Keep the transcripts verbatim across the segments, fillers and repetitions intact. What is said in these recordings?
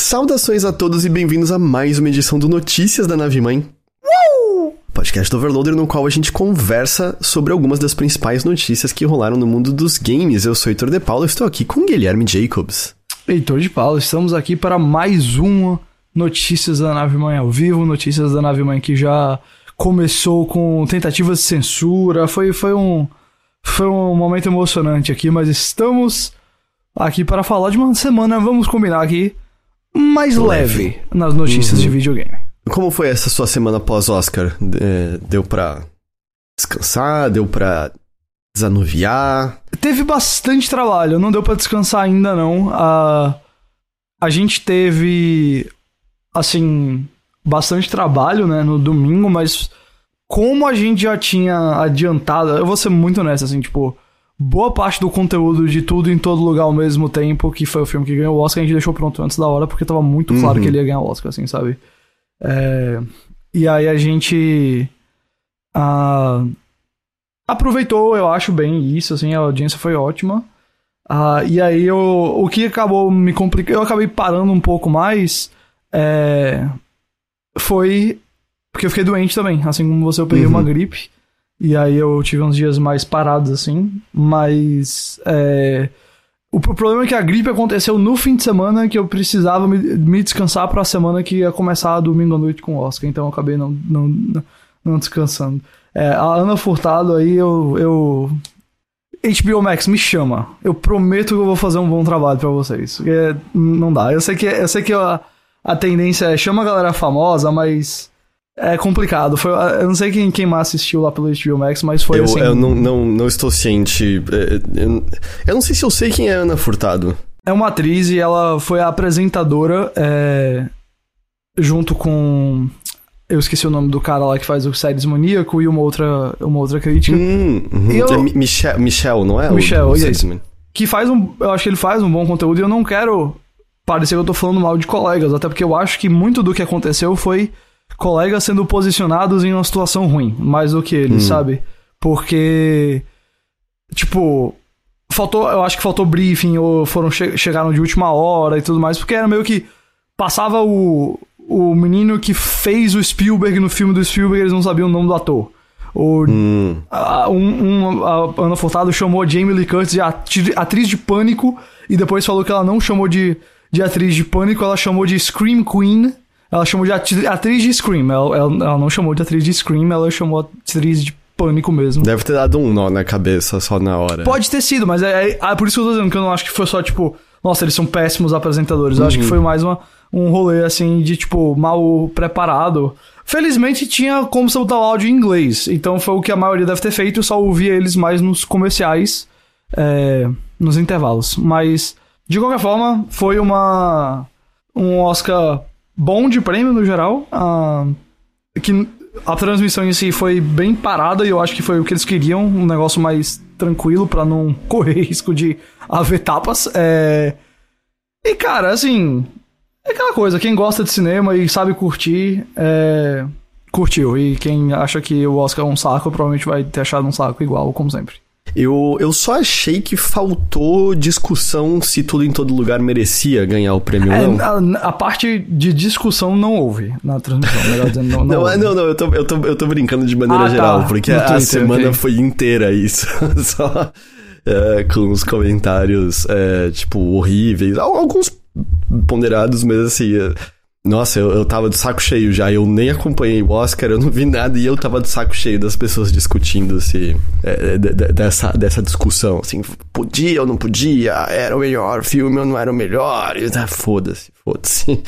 Saudações a todos e bem-vindos a mais uma edição do Notícias da Nave Mãe. Uh! Podcast do Overloader, no qual a gente conversa sobre algumas das principais notícias que rolaram no mundo dos games. Eu sou Heitor de Paula, estou aqui com Guilherme Jacobs. Heitor de Paula, estamos aqui para mais uma Notícias da Nave Mãe ao vivo, Notícias da Nave Mãe que já começou com tentativas de censura, foi, foi, um, foi um momento emocionante aqui, mas estamos aqui para falar de uma semana, vamos combinar aqui, mais leve, leve nas notícias uhum. de videogame. Como foi essa sua semana pós-Oscar? Deu pra descansar? Deu pra desanuviar? Teve bastante trabalho, não deu pra descansar ainda não. A, a gente teve, assim, bastante trabalho, né, no domingo, mas como a gente já tinha adiantado, eu vou ser muito honesto, assim, tipo, boa parte do conteúdo de Tudo em Todo Lugar ao Mesmo tempo, que foi o filme que ganhou o Oscar, a gente deixou pronto antes da hora, porque tava muito claro uhum. que ele ia ganhar o Oscar, assim, sabe? É, e aí a gente uh, aproveitou, eu acho, bem isso, assim, a audiência foi ótima. Uh, e aí eu, o que acabou me complicando, eu acabei parando um pouco mais, é, foi porque eu fiquei doente também, assim como você, eu peguei uhum. uma gripe. E aí eu tive uns dias mais parados, assim, mas é, o problema é que a gripe aconteceu no fim de semana, que eu precisava me, me descansar pra semana que ia começar domingo à noite com o Oscar, então eu acabei não, não, não descansando. É, a Ana Furtado aí, eu, eu... H B O Max, me chama. Eu prometo que eu vou fazer um bom trabalho pra vocês. É, não dá, eu sei que, eu sei que a, a tendência é chama a galera famosa, mas... É complicado. Foi, eu não sei quem, quem mais assistiu lá pelo H B O Max, mas foi eu, assim... Eu não, não, não estou ciente. Eu, eu não sei se eu sei quem é Ana Furtado. É uma atriz e ela foi a apresentadora é, junto com... Eu esqueci o nome do cara lá que faz o Séries Maníaco e uma outra, uma outra crítica. Hum, uhum. eu, é Michel, Michel, não é? Michel, o, o yes. Que faz um... Eu acho que ele faz um bom conteúdo e eu não quero parecer que eu tô falando mal de colegas, até porque eu acho que muito do que aconteceu foi... colegas sendo posicionados em uma situação ruim, mais do que eles, hum. sabe? Porque, tipo, faltou, eu acho que faltou briefing, ou foram che- chegaram de última hora e tudo mais, porque era meio que passava o, o menino que fez o Spielberg no filme do Spielberg, eles não sabiam o nome do ator. Ou, hum. a, um, um, a Ana Furtado chamou a Jamie Lee Curtis de atri- atriz de Pânico, e depois falou que ela não chamou de, de atriz de Pânico, ela chamou de Scream Queen. Ela chamou de atriz de Scream. Ela, ela, ela não chamou de atriz de Scream, ela chamou de atriz de Pânico mesmo. Deve ter dado um nó na cabeça só na hora. Pode ter sido, mas é, é, é por isso que eu tô dizendo que eu não acho que foi só, tipo... Nossa, eles são péssimos apresentadores. Eu uhum. acho que foi mais uma, um rolê, assim, de, tipo, mal preparado. Felizmente tinha como soltar o áudio em inglês. Então foi o que a maioria deve ter feito. Eu só ouvia eles mais nos comerciais, é, nos intervalos. Mas, de qualquer forma, foi uma... Um Oscar... bom de prêmio no geral, uh, que a transmissão em si foi bem parada e eu acho que foi o que eles queriam, um negócio mais tranquilo pra não correr risco de haver tapas. É... E cara, assim, é aquela coisa, quem gosta de cinema e sabe curtir, é... curtiu, e quem acha que o Oscar é um saco provavelmente vai ter achado um saco igual, como sempre. Eu, eu só achei que faltou discussão se Tudo em Todo Lugar merecia ganhar o prêmio ou não. É, a, a parte de discussão não houve na transmissão, melhor dizendo, não, não, não, não, não, eu tô, eu, tô, eu tô brincando de maneira ah, geral, tá. porque no a Twitter, semana okay. foi inteira isso, só é, com os comentários, é, tipo, horríveis, alguns ponderados, mas assim... É, nossa, eu, eu tava de saco cheio já, eu nem acompanhei o Oscar, eu não vi nada e eu tava de saco cheio das pessoas discutindo se, é, de, de, dessa, dessa discussão, assim, podia ou não podia, era o melhor filme ou não era o melhor, e, ah, foda-se, foda-se.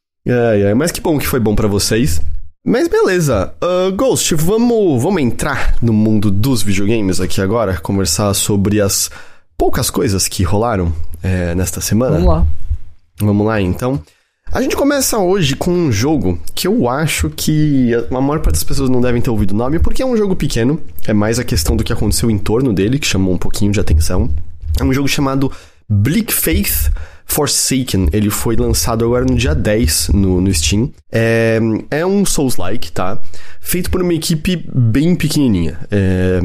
É, é, mas que bom que foi bom pra vocês. Mas beleza, uh, Ghost, vamos, vamos entrar no mundo dos videogames aqui agora, conversar sobre as poucas coisas que rolaram é, nesta semana. Vamos lá. Vamos lá, então. A gente começa hoje com um jogo que eu acho que a maior parte das pessoas não devem ter ouvido o nome, porque é um jogo pequeno, é mais a questão do que aconteceu em torno dele, que chamou um pouquinho de atenção. É um jogo chamado Bleak Faith Forsaken, ele foi lançado agora no dia dez no, no Steam. É, é um Souls-like, tá? Feito por uma equipe bem pequenininha. É,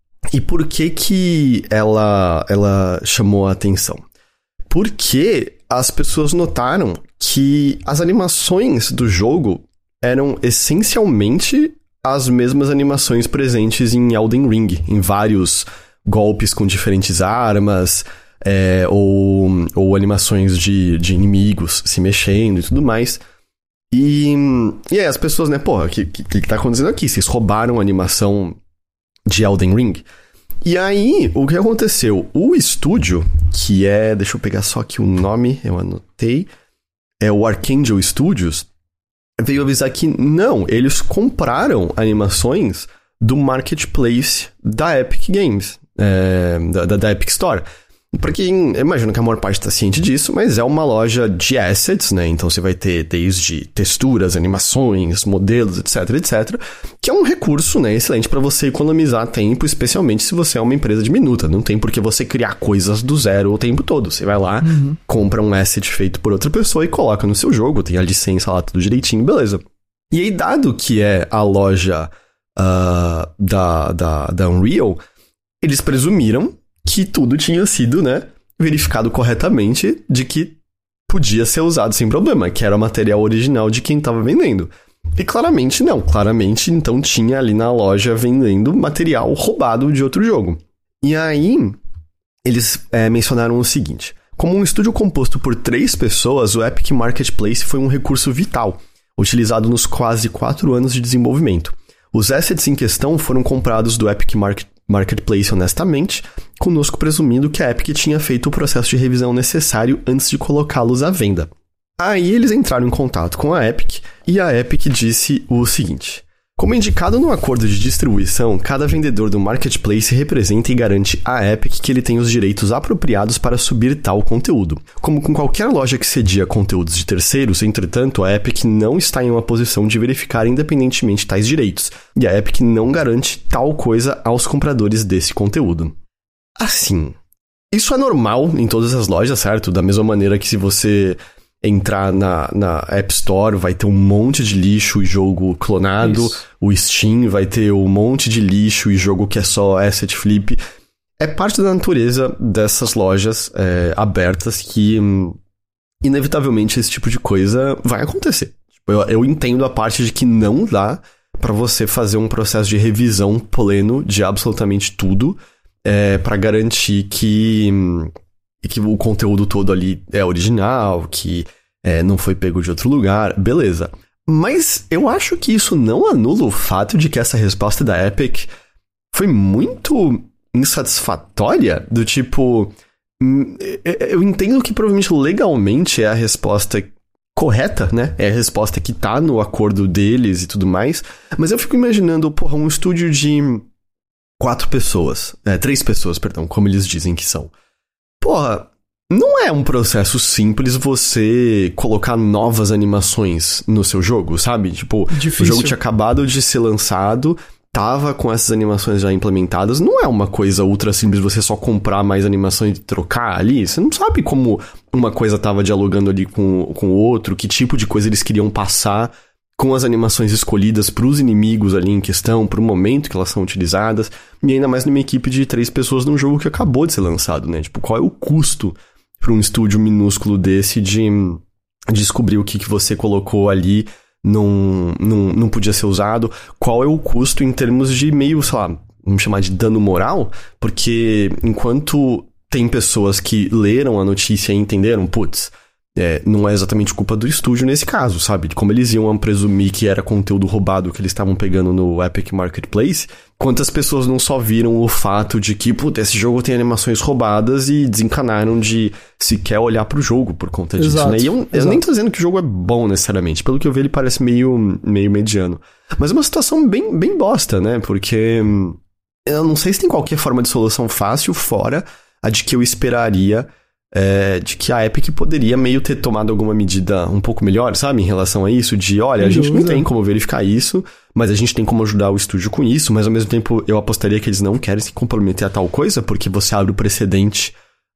e por que que ela, ela chamou a atenção? Porque as pessoas notaram que as animações do jogo eram essencialmente as mesmas animações presentes em Elden Ring, em vários golpes com diferentes armas, é, ou, ou animações de, de inimigos se mexendo e tudo mais. E, e aí as pessoas, né, porra, o que, que, que tá acontecendo aqui? Vocês roubaram a animação de Elden Ring? E aí, o que aconteceu? O estúdio, que é... Deixa eu pegar só aqui o nome, eu anotei. É o Archangel Studios, veio avisar que não, eles compraram animações do marketplace da Epic Games, é, da, da Epic Store. Porque imagino que a maior parte está ciente disso, mas é uma loja de assets, né? Então você vai ter desde texturas, animações, modelos, etc, etc, que é um recurso, né, excelente para você economizar tempo, especialmente se você é uma empresa diminuta. Não tem por que você criar coisas do zero o tempo todo. Você vai lá, uhum. compra um asset feito por outra pessoa e coloca no seu jogo, tem a licença lá, tudo direitinho, beleza. E aí, dado que é a loja uh, da, da, da Unreal, eles presumiram que tudo tinha sido, né, verificado corretamente de que podia ser usado sem problema, que era o material original de quem estava vendendo. E claramente não, claramente então tinha ali na loja vendendo material roubado de outro jogo. E aí, eles é, mencionaram o seguinte: como um estúdio composto por três pessoas, o Epic Marketplace foi um recurso vital, utilizado nos quase quatro anos de desenvolvimento. Os assets em questão foram comprados do Epic Market Marketplace honestamente, conosco presumindo que a Epic tinha feito o processo de revisão necessário antes de colocá-los à venda. Aí eles entraram em contato com a Epic e a Epic disse o seguinte: como indicado no acordo de distribuição, cada vendedor do Marketplace representa e garante à Epic que ele tem os direitos apropriados para subir tal conteúdo. Como com qualquer loja que cedia conteúdos de terceiros, entretanto, a Epic não está em uma posição de verificar independentemente tais direitos, e a Epic não garante tal coisa aos compradores desse conteúdo. Assim, isso é normal em todas as lojas, certo? Da mesma maneira que se você entrar na, na App Store, vai ter um monte de lixo e jogo clonado. Isso. O Steam vai ter um monte de lixo e jogo que é só asset flip. É parte da natureza dessas lojas é, abertas que, hum, inevitavelmente, esse tipo de coisa vai acontecer. Tipo, eu, eu entendo a parte de que não dá pra você fazer um processo de revisão pleno de absolutamente tudo é, pra garantir que... Hum, e que o conteúdo todo ali é original, que é, não foi pego de outro lugar, beleza. Mas eu acho que isso não anula o fato de que essa resposta da Epic foi muito insatisfatória, do tipo... Eu entendo que provavelmente legalmente é a resposta correta, né? É a resposta que tá no acordo deles e tudo mais, mas eu fico imaginando, porra, um estúdio de quatro pessoas, é, três pessoas, perdão, como eles dizem que são. Porra, não é um processo simples você colocar novas animações no seu jogo, sabe? Tipo, difícil. O jogo tinha acabado de ser lançado, tava com essas animações já implementadas. Não é uma coisa ultra simples você só comprar mais animações e trocar ali. Você não sabe como uma coisa tava dialogando ali com o outro, que tipo de coisa eles queriam passar com as animações escolhidas pros inimigos ali em questão, pro momento que elas são utilizadas, e ainda mais numa equipe de três pessoas num jogo que acabou de ser lançado, né? Tipo, qual é o custo para um estúdio minúsculo desse de descobrir o que, que você colocou ali não, não, não podia ser usado? Qual é o custo em termos de meio, sei lá, vamos chamar de dano moral? Porque enquanto tem pessoas que leram a notícia e entenderam, putz, É, não é exatamente culpa do estúdio nesse caso, sabe? Como eles iam presumir que era conteúdo roubado que eles estavam pegando no Epic Marketplace, quantas pessoas não só viram o fato de que, puta, esse jogo tem animações roubadas e desencanaram de sequer olhar pro jogo por conta disso, exato, né? E eu, eu nem tô dizendo que o jogo é bom necessariamente, pelo que eu vi ele parece meio, meio mediano. Mas é uma situação bem, bem bosta, né? Porque eu não sei se tem qualquer forma de solução fácil fora a de que eu esperaria... É, de que a Epic poderia meio ter tomado alguma medida um pouco melhor, sabe? Em relação a isso, de olha, a gente não tem como verificar isso, mas a gente tem como ajudar o estúdio com isso, mas ao mesmo tempo eu apostaria que eles não querem se comprometer a tal coisa, porque você abre o precedente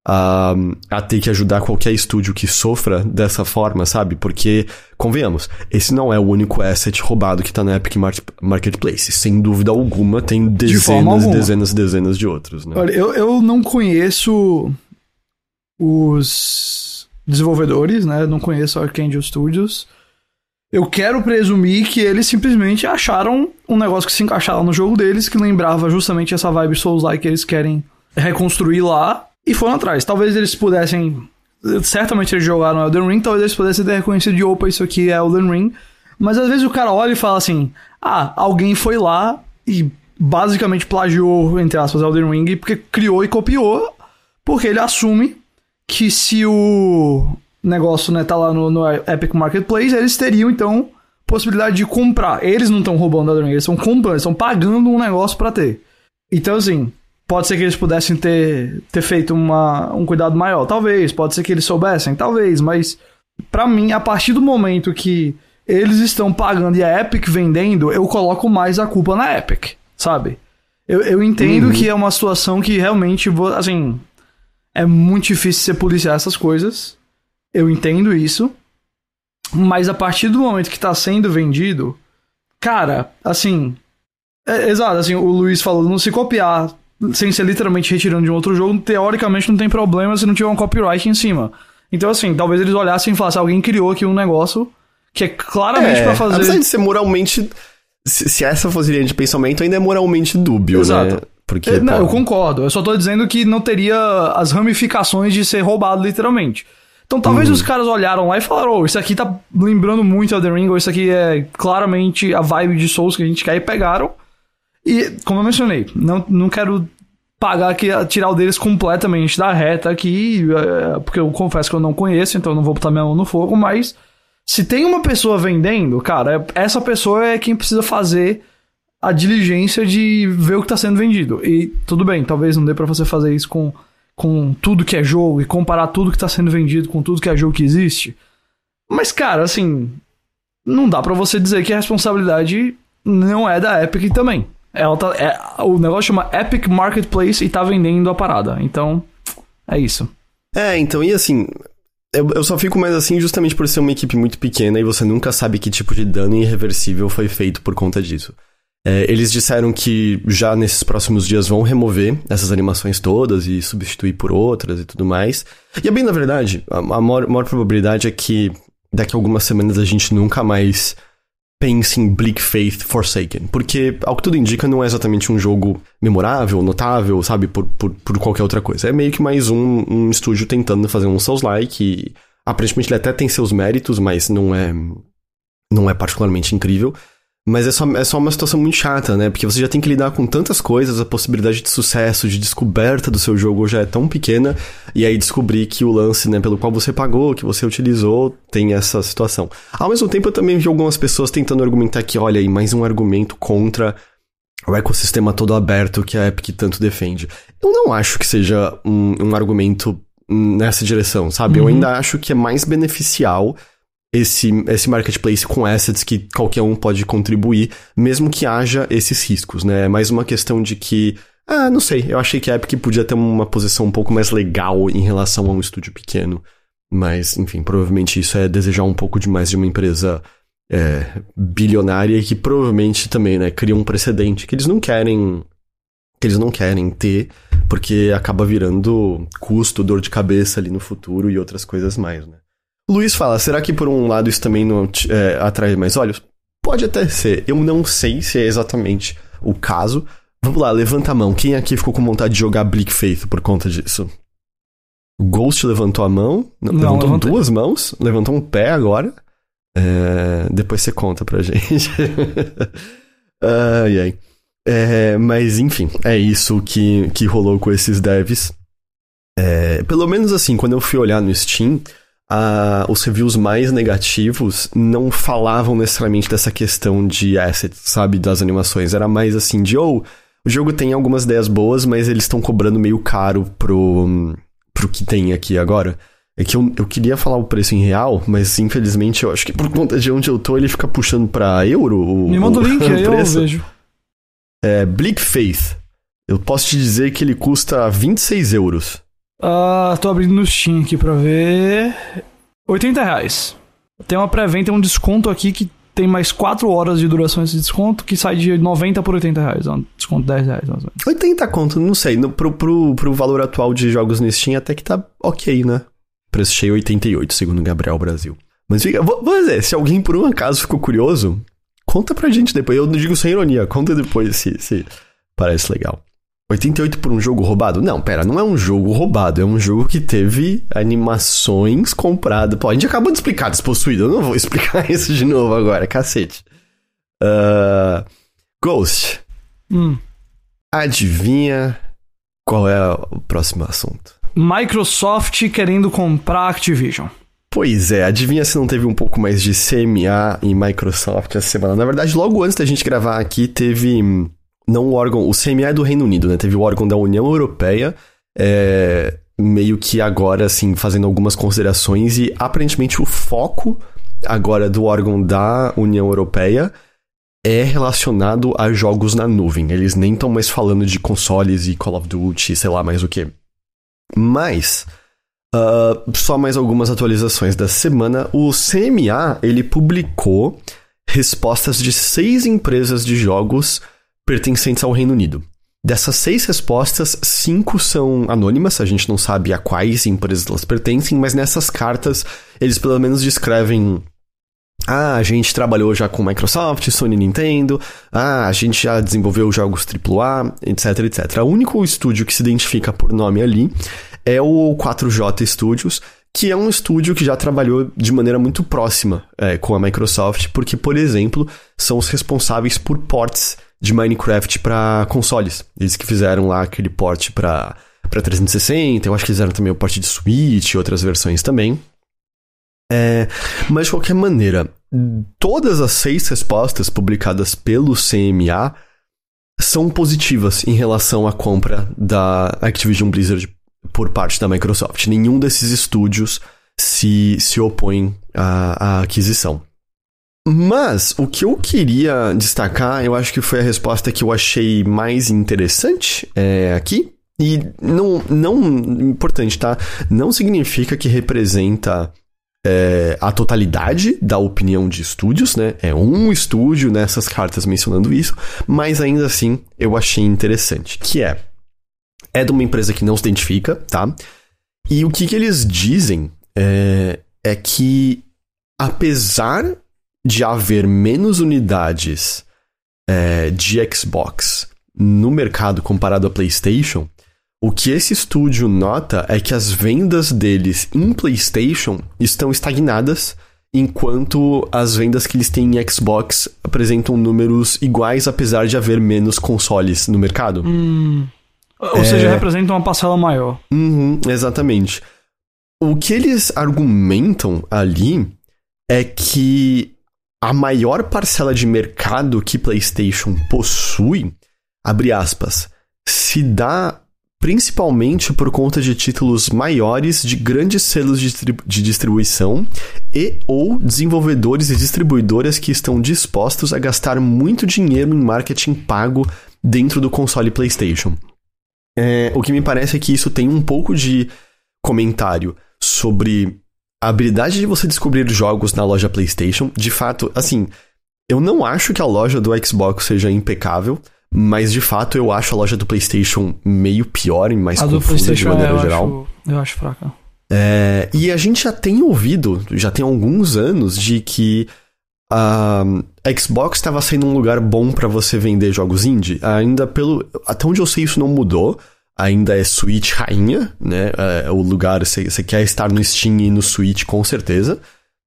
a, a ter que ajudar qualquer estúdio que sofra dessa forma, sabe? Porque, convenhamos, esse não é o único asset roubado que tá na Epic Marketplace. Sem dúvida alguma, tem dezenas e dezenas e dezenas de outros, né? Olha, eu, eu não conheço... Os, desenvolvedores, né? Não conheço a Arcangel Studios. Eu quero presumir que eles simplesmente acharam um negócio que se encaixava no jogo deles, que lembrava justamente essa vibe Souls-like que eles querem reconstruir lá, e foram atrás. Talvez eles pudessem... Certamente eles jogaram Elden Ring, talvez eles pudessem ter reconhecido de, opa, isso aqui é Elden Ring. Mas às vezes o cara olha e fala assim, ah, alguém foi lá e basicamente plagiou, entre aspas, Elden Ring, porque criou e copiou, porque ele assume que se o negócio, né, tá lá no, no Epic Marketplace, eles teriam, então, possibilidade de comprar. Eles não estão roubando Elden Ring, eles estão comprando, eles estão pagando um negócio pra ter. Então, assim... Pode ser que eles pudessem ter, ter feito uma, um cuidado maior, talvez. Pode ser que eles soubessem, talvez. Mas, pra mim, a partir do momento que eles estão pagando e a Epic vendendo, eu coloco mais a culpa na Epic, sabe? Eu, eu entendo uhum. que é uma situação que realmente, assim, é muito difícil você policiar essas coisas. Eu entendo isso. Mas a partir do momento que tá sendo vendido, cara, assim... É, exato, assim, o Luiz falou, não se copiar... sem ser literalmente retirando de um outro jogo, teoricamente não tem problema se não tiver um copyright em cima. Então, assim, talvez eles olhassem e falassem, alguém criou aqui um negócio que é claramente é, pra fazer... Apesar de ser moralmente... Se, se essa fosse linha de pensamento, ainda é moralmente dúbio, Exato. Né? Porque, é, não, eu concordo. Eu só tô dizendo que não teria as ramificações de ser roubado, literalmente. Então, talvez uhum. os caras olharam lá e falaram, oh, isso aqui tá lembrando muito Elden Ring, ou isso aqui é claramente a vibe de Souls que a gente quer, e pegaram. E, como eu mencionei, não, não quero pagar aqui, tirar o deles completamente da reta aqui, é, porque eu confesso que eu não conheço, então eu não vou botar minha mão no fogo, mas se tem uma pessoa vendendo, cara, essa pessoa é quem precisa fazer a diligência de ver o que está sendo vendido. E tudo bem, talvez não dê pra você fazer isso com, com tudo que é jogo e comparar tudo que está sendo vendido com tudo que é jogo que existe. Mas, cara, assim, não dá pra você dizer que a responsabilidade não é da Epic também. Ela tá, é, o negócio chama Epic Marketplace e tá vendendo a parada. Então, é isso. É, então, e assim... Eu, eu só fico mais assim justamente por ser uma equipe muito pequena e você nunca sabe que tipo de dano irreversível foi feito por conta disso. É, eles disseram que já nesses próximos dias vão remover essas animações todas e substituir por outras e tudo mais. E é bem na verdade, a, a maior, maior probabilidade é que daqui a algumas semanas a gente nunca mais... pense em Bleak Faith Forsaken, porque, ao que tudo indica, não é exatamente um jogo memorável, notável, sabe, por, por, por qualquer outra coisa. É meio que mais um, um estúdio tentando fazer um Souls-like, e aparentemente ele até tem seus méritos, mas não é, não é particularmente incrível. Mas é só, é só uma situação muito chata, né, porque você já tem que lidar com tantas coisas, a possibilidade de sucesso, de descoberta do seu jogo já é tão pequena, e aí descobrir que o lance, né, pelo qual você pagou, que você utilizou, tem essa situação. Ao mesmo tempo, eu também vi algumas pessoas tentando argumentar que, olha aí, mais um argumento contra o ecossistema todo aberto que a Epic tanto defende. Eu não acho que seja um, um argumento nessa direção, sabe? Uhum. Eu ainda acho que é mais beneficial Esse, esse marketplace com assets que qualquer um pode contribuir, mesmo que haja esses riscos, né? É mais uma questão de que, ah, não sei, eu achei que a Epic podia ter uma posição um pouco mais legal em relação a um estúdio pequeno, mas, enfim, provavelmente isso é desejar um pouco demais de uma empresa é, bilionária que provavelmente também, né, cria um precedente que eles não querem, que eles não querem ter, porque acaba virando custo, dor de cabeça ali no futuro e outras coisas mais, né? Luiz fala, será que por um lado isso também não é, atrai mais olhos? Pode até ser, eu não sei se é exatamente o caso. Vamos lá, levanta a mão, quem aqui ficou com vontade de jogar Bleak Faith por conta disso? O Ghost levantou a mão, não, não levantou levantei. duas mãos, levantou um pé agora. É, depois você conta pra gente. Ai, ai. É, mas enfim, é isso que, que rolou com esses devs. É, pelo menos assim, quando eu fui olhar no Steam... Uh, os reviews mais negativos não falavam necessariamente dessa questão de assets, sabe, das animações. Era mais assim de, oh, o jogo tem algumas ideias boas, mas eles estão cobrando meio caro pro, pro que tem aqui agora. É que eu, eu queria falar o preço em real, mas infelizmente eu acho que por conta de onde eu tô, ele fica puxando pra euro. O, Me manda o link, aí eu vejo. É, Bleak Faith. Eu posso te dizer que ele custa vinte e seis euros. Ah, tô abrindo no Steam aqui pra ver. oitenta reais. Tem uma pré-venda, tem um desconto aqui que tem mais quatro horas de duração esse desconto, que sai de noventa por oitenta reais. É um desconto de dez reais. Mais ou menos. oitenta conto, não sei. No, pro, pro, pro valor atual de jogos no Steam até que tá ok, né? preço cheio oitenta e oito, segundo o Gabriel Brasil. Mas fica, vamos dizer, se alguém por um acaso ficou curioso, conta pra gente depois. Eu não digo sem ironia, conta depois se, se parece legal. oitenta e oito por um jogo roubado? Não, pera, não é um jogo roubado, é um jogo que teve animações compradas. Pô, a gente acabou de explicar Despossuído, eu não vou explicar isso de novo agora, cacete. Uh, Ghost. Hum. Adivinha qual é o próximo assunto? Microsoft querendo comprar Activision. Pois é, adivinha se não teve um pouco mais de C M A em Microsoft essa semana. Na verdade, logo antes da gente gravar aqui, teve... Não o órgão... O C M A é do Reino Unido, né? Teve o órgão da União Europeia, é, meio que agora, assim, fazendo algumas considerações. E, aparentemente, o foco agora do órgão da União Europeia é relacionado a jogos na nuvem. Eles nem estão mais falando de consoles e Call of Duty, sei lá mais o quê. Mas... Uh, só mais algumas atualizações da semana. O C M A, ele publicou respostas de seis empresas de jogos pertencentes ao Reino Unido. Dessas seis respostas, cinco são anônimas, a gente não sabe a quais empresas elas pertencem, mas nessas cartas eles pelo menos descrevem: ah, a gente trabalhou já com Microsoft, Sony e Nintendo, ah, a gente já desenvolveu jogos triplo A, etc, etcétera. O único estúdio que se identifica por nome ali é o quatro J Studios, que é um estúdio que já trabalhou de maneira muito próxima é, com a Microsoft, porque, por exemplo, são os responsáveis por ports de Minecraft para consoles. Eles que fizeram lá aquele port para para trezentos e sessenta, eu acho que fizeram também o port de Switch e outras versões também. É, mas, de qualquer maneira, todas as seis respostas publicadas pelo C M A são positivas em relação à compra da Activision Blizzard por parte da Microsoft. Nenhum desses estúdios se, se opõe à, à aquisição. Mas o que eu queria destacar, eu acho que foi a resposta que eu achei mais interessante é, aqui. E não, não, importante, tá? Não significa que representa é, a totalidade da opinião de estúdios, né? É um estúdio nessas cartas mencionando isso, mas ainda assim eu achei interessante, que é É de uma empresa que não se identifica, tá? E o que, que eles dizem é, é que, apesar de haver menos unidades é, de Xbox no mercado comparado a PlayStation, o que esse estúdio nota é que as vendas deles em PlayStation estão estagnadas, enquanto as vendas que eles têm em Xbox apresentam números iguais, apesar de haver menos consoles no mercado. Hum... Ou é... seja, representa uma parcela maior. Uhum, exatamente. O que eles argumentam ali é que a maior parcela de mercado que PlayStation possui, abre aspas, se dá principalmente por conta de títulos maiores de grandes selos de, distribu- de distribuição e ou desenvolvedores e distribuidoras que estão dispostos a gastar muito dinheiro em marketing pago dentro do console PlayStation. É, o que me parece é que isso tem um pouco de comentário sobre a habilidade de você descobrir jogos na loja PlayStation. De fato, assim, eu não acho que a loja do Xbox seja impecável, mas de fato eu acho a loja do PlayStation meio pior e mais a confusa de maneira é, eu geral. Acho, eu acho fraca. É, e a gente já tem ouvido, já tem alguns anos, de que a Xbox estava sendo um lugar bom para você vender jogos indie. Ainda pelo... Até onde eu sei isso não mudou. Ainda é Switch rainha, né? É o lugar... Você quer estar no Steam e no Switch, com certeza.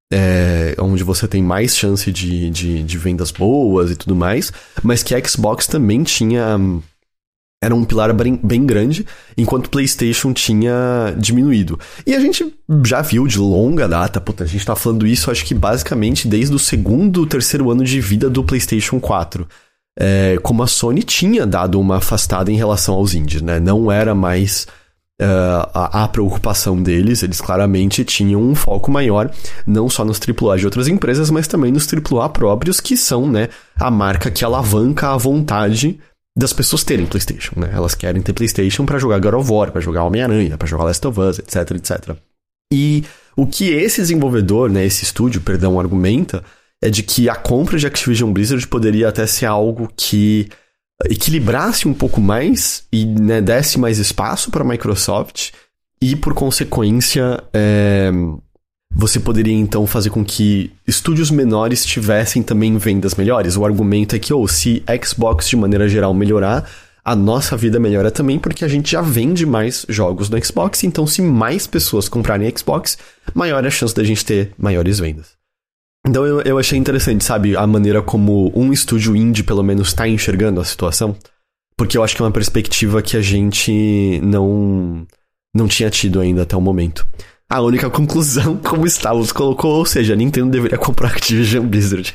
É onde você tem mais chance de, de, de vendas boas e tudo mais. Mas que a Xbox também tinha... Era um pilar bem, bem grande, enquanto o PlayStation tinha diminuído. E a gente já viu de longa data, puta, a gente tá falando isso acho que basicamente desde o segundo, terceiro ano de vida do PlayStation quatro. É, como a Sony tinha dado uma afastada em relação aos indies, né? Não era mais uh, a, a preocupação deles, eles claramente tinham um foco maior, não só nos triplo A de outras empresas, mas também nos triplo A próprios, que são, né, a marca que alavanca a vontade das pessoas terem PlayStation, né? Elas querem ter PlayStation pra jogar God of War, pra jogar Homem-Aranha, pra jogar Last of Us, etc, etcétera. E o que esse desenvolvedor, né, esse estúdio, perdão, argumenta é de que a compra de Activision Blizzard poderia até ser algo que equilibrasse um pouco mais e, né, desse mais espaço para a Microsoft e, por consequência, é, você poderia, então, fazer com que estúdios menores tivessem também vendas melhores. O argumento é que, ou, oh, se Xbox, de maneira geral, melhorar, a nossa vida melhora também, porque a gente já vende mais jogos no Xbox, então se mais pessoas comprarem Xbox, maior é a chance da gente ter maiores vendas. Então eu, eu achei interessante, sabe, a maneira como um estúdio indie, pelo menos, está enxergando a situação, porque eu acho que é uma perspectiva que a gente não, não tinha tido ainda até o momento. A única conclusão, como o Stavros colocou, ou seja, a Nintendo deveria comprar Activision Blizzard.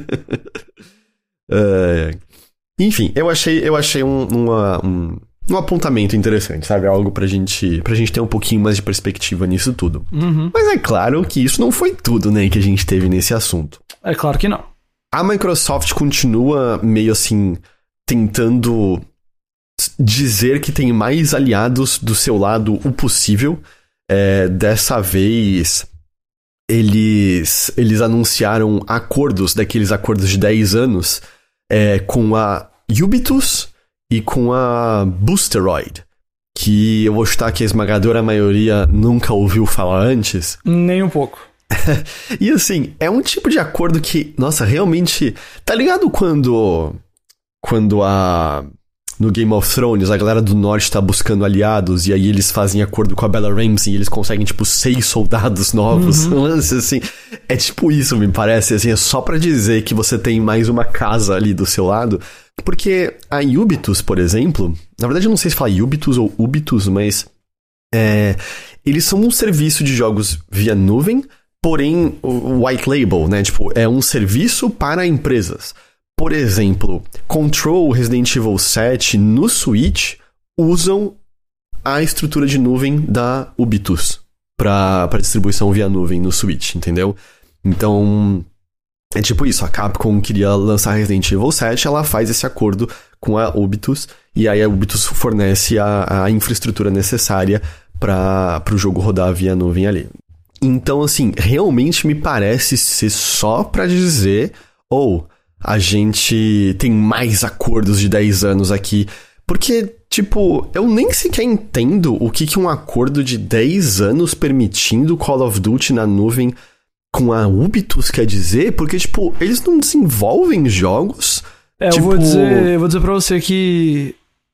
uh, Enfim, eu achei, eu achei um, uma, um, um apontamento interessante, sabe? Algo pra gente, pra gente ter um pouquinho mais de perspectiva nisso tudo. Uhum. Mas é claro que isso não foi tudo, né, que a gente teve nesse assunto. É claro que não. A Microsoft continua meio assim, tentando dizer que tem mais aliados do seu lado o possível. É, dessa vez, eles, eles anunciaram acordos, daqueles acordos de dez anos... É, com a Ubitus e com a Boosteroid, que eu vou chutar que a esmagadora maioria nunca ouviu falar antes. Nem um pouco. E assim, é um tipo de acordo que, nossa, realmente... Tá ligado quando... Quando a... No Game of Thrones, a galera do norte tá buscando aliados, e aí eles fazem acordo com a Bella Ramsey e eles conseguem, tipo, seis soldados novos. Uhum. Assim, é tipo isso, me parece, assim, é só pra dizer que você tem mais uma casa ali do seu lado. Porque a Ubitus, por exemplo, na verdade eu não sei se fala Ubitus ou Ubitus, mas é, eles são um serviço de jogos via nuvem, porém o white label, né? Tipo, é um serviço para empresas. Por exemplo, Control, Resident Evil sete no Switch usam a estrutura de nuvem da Ubitus para distribuição via nuvem no Switch, entendeu? Então, é tipo isso, a Capcom queria lançar Resident Evil sete, ela faz esse acordo com a Ubitus, e aí a Ubitus fornece a, a infraestrutura necessária para o jogo rodar via nuvem ali. Então, assim, realmente me parece ser só para dizer, ou... Oh, a gente tem mais acordos de dez anos aqui. Porque, tipo, eu nem sequer entendo o que, que um acordo de dez anos permitindo Call of Duty na nuvem com a Ubitus quer dizer. Porque, tipo, eles não desenvolvem jogos. É, tipo... eu vou dizer, eu vou dizer pra você que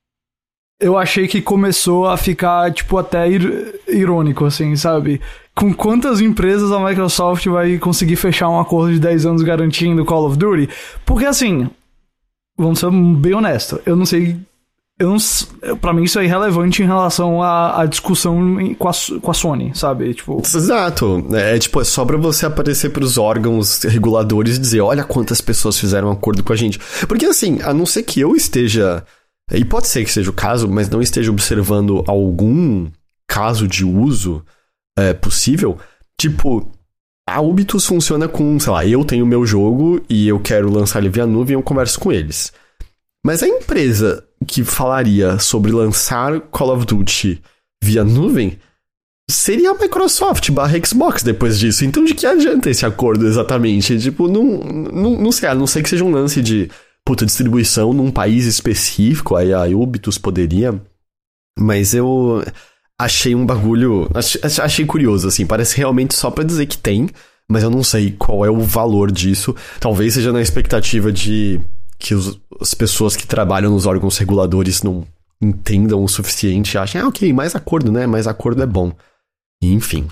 eu achei que começou a ficar, tipo, até ir- irônico, assim, sabe? Com quantas empresas a Microsoft vai conseguir fechar um acordo de dez anos garantindo Call of Duty? Porque, assim, vamos ser bem honestos, eu não sei... Eu não, pra mim isso é irrelevante em relação à, à discussão com a, com a Sony, sabe? Tipo... Exato. É, tipo, é só pra você aparecer pros órgãos reguladores e dizer, olha quantas pessoas fizeram um acordo com a gente. Porque, assim, a não ser que eu esteja... E pode ser que seja o caso, mas não esteja observando algum caso de uso... É possível, tipo, a Ubitus funciona com, sei lá, eu tenho o meu jogo e eu quero lançar ele via nuvem e eu converso com eles. Mas a empresa que falaria sobre lançar Call of Duty via nuvem seria a Microsoft barra Xbox depois disso. Então de que adianta esse acordo exatamente? Tipo, não, não, não sei, a não ser que seja um lance de puta distribuição num país específico, aí a Ubitus poderia, mas eu... Achei um bagulho... Achei, achei curioso, assim. Parece realmente só pra dizer que tem, mas eu não sei qual é o valor disso. Talvez seja na expectativa de que os, as pessoas que trabalham nos órgãos reguladores não entendam o suficiente e achem, ah, ok, mais acordo, né? Mais acordo é bom. Enfim.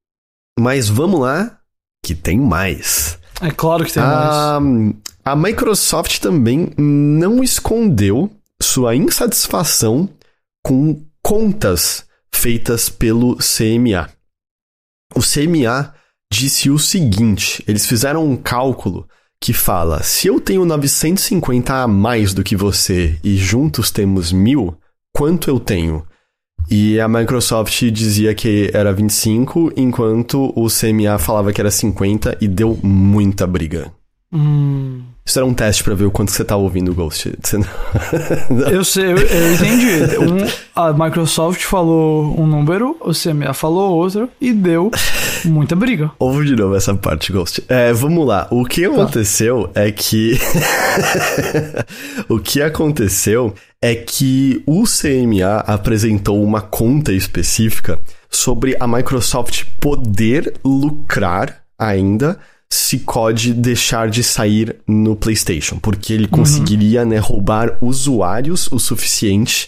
Mas vamos lá, que tem mais. É claro que tem a, mais. A Microsoft também não escondeu sua insatisfação com contas feitas pelo C M A. O C M A disse o seguinte, eles fizeram um cálculo que fala, se eu tenho novecentos e cinquenta a mais do que você e juntos temos mil, quanto eu tenho? E a Microsoft dizia que era vinte e cinco, enquanto o C M A falava que era cinquenta e deu muita briga. Hum... Isso era um teste pra ver o quanto você tá ouvindo, Ghost. Você não... eu sei, eu, eu entendi. Um, a Microsoft falou um número, o C M A falou outro e deu muita briga. Ouve de novo essa parte, Ghost. É, vamos lá. O que aconteceu tá. é que... o que aconteceu é que o C M A apresentou uma conta específica sobre a Microsoft poder lucrar ainda se C O D deixar de sair no PlayStation, porque ele conseguiria, uhum. né, roubar usuários o suficiente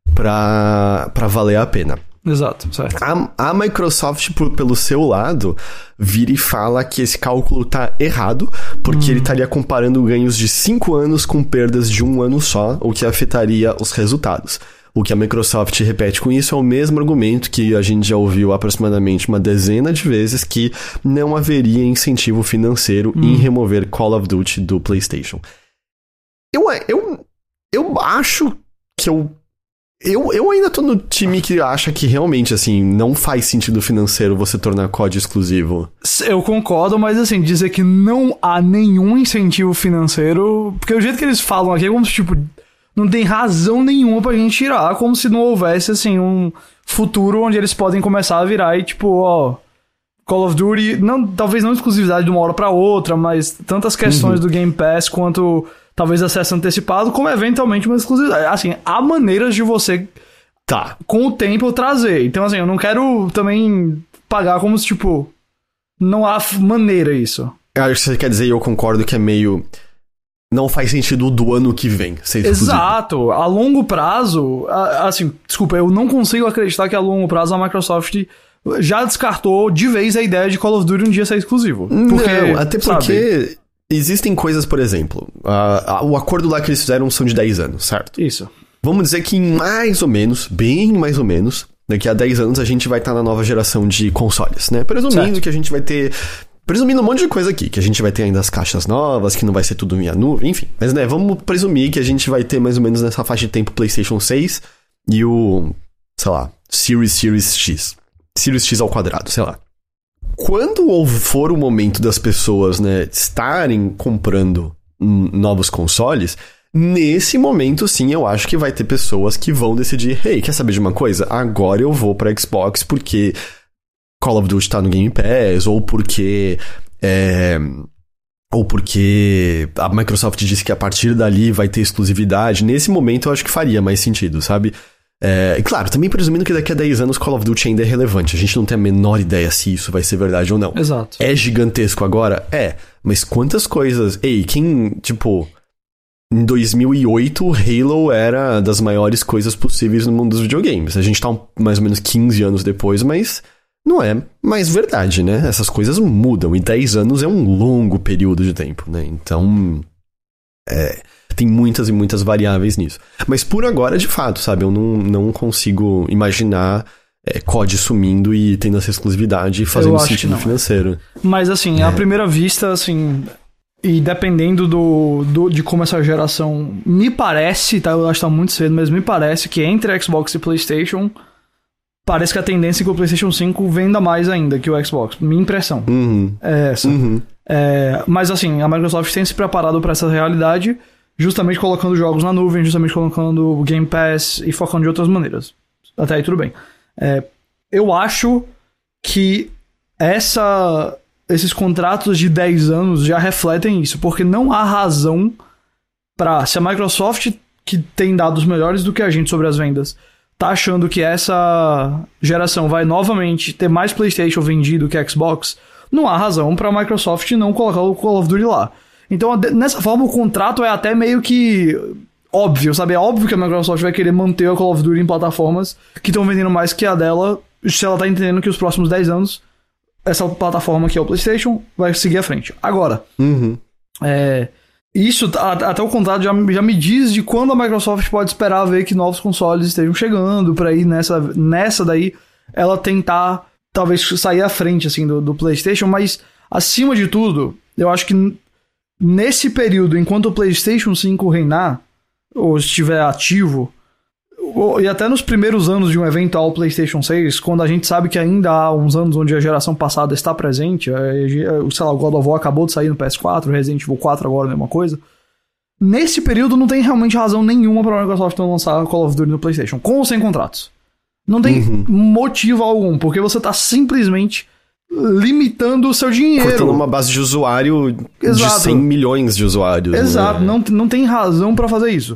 pra, pra valer a pena. Exato, certo. A, a Microsoft, por, pelo seu lado, vira e fala que esse cálculo tá errado, porque hum. ele estaria comparando ganhos de cinco anos com perdas de um ano só, o que afetaria os resultados. O que a Microsoft repete com isso é o mesmo argumento que a gente já ouviu aproximadamente uma dezena de vezes, que não haveria incentivo financeiro hum. em remover Call of Duty do PlayStation. Eu, eu, eu acho que eu... Eu, eu ainda tô no time que acha que realmente, assim, não faz sentido financeiro você tornar C O D exclusivo. Eu concordo, mas assim, dizer que não há nenhum incentivo financeiro... Porque o jeito que eles falam aqui é como se, tipo, não tem razão nenhuma pra gente tirar, como se não houvesse, assim, um futuro onde eles podem começar a virar e, tipo, ó... Call of Duty, não, talvez não exclusividade de uma hora pra outra, mas tantas questões uhum. do Game Pass quanto... Talvez acesso antecipado, como eventualmente uma exclusividade. Assim, há maneiras de você, tá, com o tempo, trazer. Então, assim, eu não quero também pagar como se, tipo, não há maneira isso. Eu acho que você quer dizer, e eu concordo, que é meio... Não faz sentido do ano que vem ser exclusivo. Exato. A longo prazo, assim, desculpa, eu não consigo acreditar que a longo prazo a Microsoft já descartou de vez a ideia de Call of Duty um dia ser exclusivo. Porque, não, até porque... Sabe? Existem coisas, por exemplo, uh, uh, o acordo lá que eles fizeram são de dez anos, certo? Isso. Vamos dizer que mais ou menos, bem mais ou menos, daqui a dez anos a gente vai estar tá na nova geração de consoles, né? Presumindo certo. que a gente vai ter... Presumindo um monte de coisa aqui, que a gente vai ter ainda as caixas novas, que não vai ser tudo minha nuvem, enfim. Mas, né, vamos presumir que a gente vai ter mais ou menos nessa faixa de tempo o PlayStation seis e o, sei lá, Series Series X. Series X ao quadrado, sei lá. Quando for o momento das pessoas, né, estarem comprando hum, novos consoles, nesse momento, sim, eu acho que vai ter pessoas que vão decidir, hey, quer saber de uma coisa? Agora eu vou pra Xbox porque Call of Duty tá no Game Pass, ou porque... É, ou porque a Microsoft disse que a partir dali vai ter exclusividade. Nesse momento eu acho que faria mais sentido, sabe? É, claro, também presumindo que daqui a dez anos Call of Duty ainda é relevante. A gente não tem a menor ideia se isso vai ser verdade ou não. Exato. É gigantesco agora? É. Mas quantas coisas... Ei, quem, tipo... Em dois mil e oito, Halo era das maiores coisas possíveis no mundo dos videogames. A gente tá um, mais ou menos quinze anos depois, mas não é mais verdade, né? Essas coisas mudam. E dez anos é um longo período de tempo, né? Então... É... Tem muitas e muitas variáveis nisso. Mas por agora, de fato, sabe? Eu não, não consigo imaginar é, C O D sumindo e tendo essa exclusividade e fazendo sentido financeiro. Mas, assim, é. à primeira vista, assim... E dependendo do, do, de como essa geração... Me parece, tá? Eu acho que tá muito cedo, mas me parece que entre Xbox e PlayStation... Parece que a tendência é que o PlayStation cinco venda mais ainda que o Xbox. Minha impressão. Uhum. É essa. Uhum. É, mas, assim, a Microsoft tem se preparado para essa realidade... Justamente colocando jogos na nuvem, justamente colocando Game Pass e focando de outras maneiras. Até aí tudo bem. É, eu acho que essa, esses contratos de dez anos já refletem isso, porque não há razão para... Se a Microsoft, que tem dados melhores do que a gente sobre as vendas, tá achando que essa geração vai novamente ter mais PlayStation vendido que Xbox, não há razão para a Microsoft não colocar o Call of Duty lá. Então, nessa forma, o contrato é até meio que óbvio, sabe? É óbvio que a Microsoft vai querer manter a Call of Duty em plataformas que estão vendendo mais que a dela, se ela tá entendendo que os próximos dez anos, essa plataforma que é o PlayStation vai seguir à frente. Agora, uhum. é, isso, até o contrato já, já me diz de quando a Microsoft pode esperar ver que novos consoles estejam chegando, pra ir nessa, nessa daí, ela tentar, talvez, sair à frente, assim, do, do PlayStation, mas, acima de tudo, eu acho que nesse período, enquanto o PlayStation cinco reinar, ou estiver ativo, ou, e até nos primeiros anos de um eventual PlayStation seis, quando a gente sabe que ainda há uns anos onde a geração passada está presente, sei lá, o God of War acabou de sair no P S quatro, Resident Evil quatro agora é a mesma coisa, nesse período não tem realmente razão nenhuma para a Microsoft não lançar Call of Duty no PlayStation, com ou sem contratos. Não tem uhum. motivo algum, porque você está simplesmente... limitando o seu dinheiro. Cortando uma base de usuário Exato. de cem milhões de usuários. Exato, né? não, não tem razão pra fazer isso.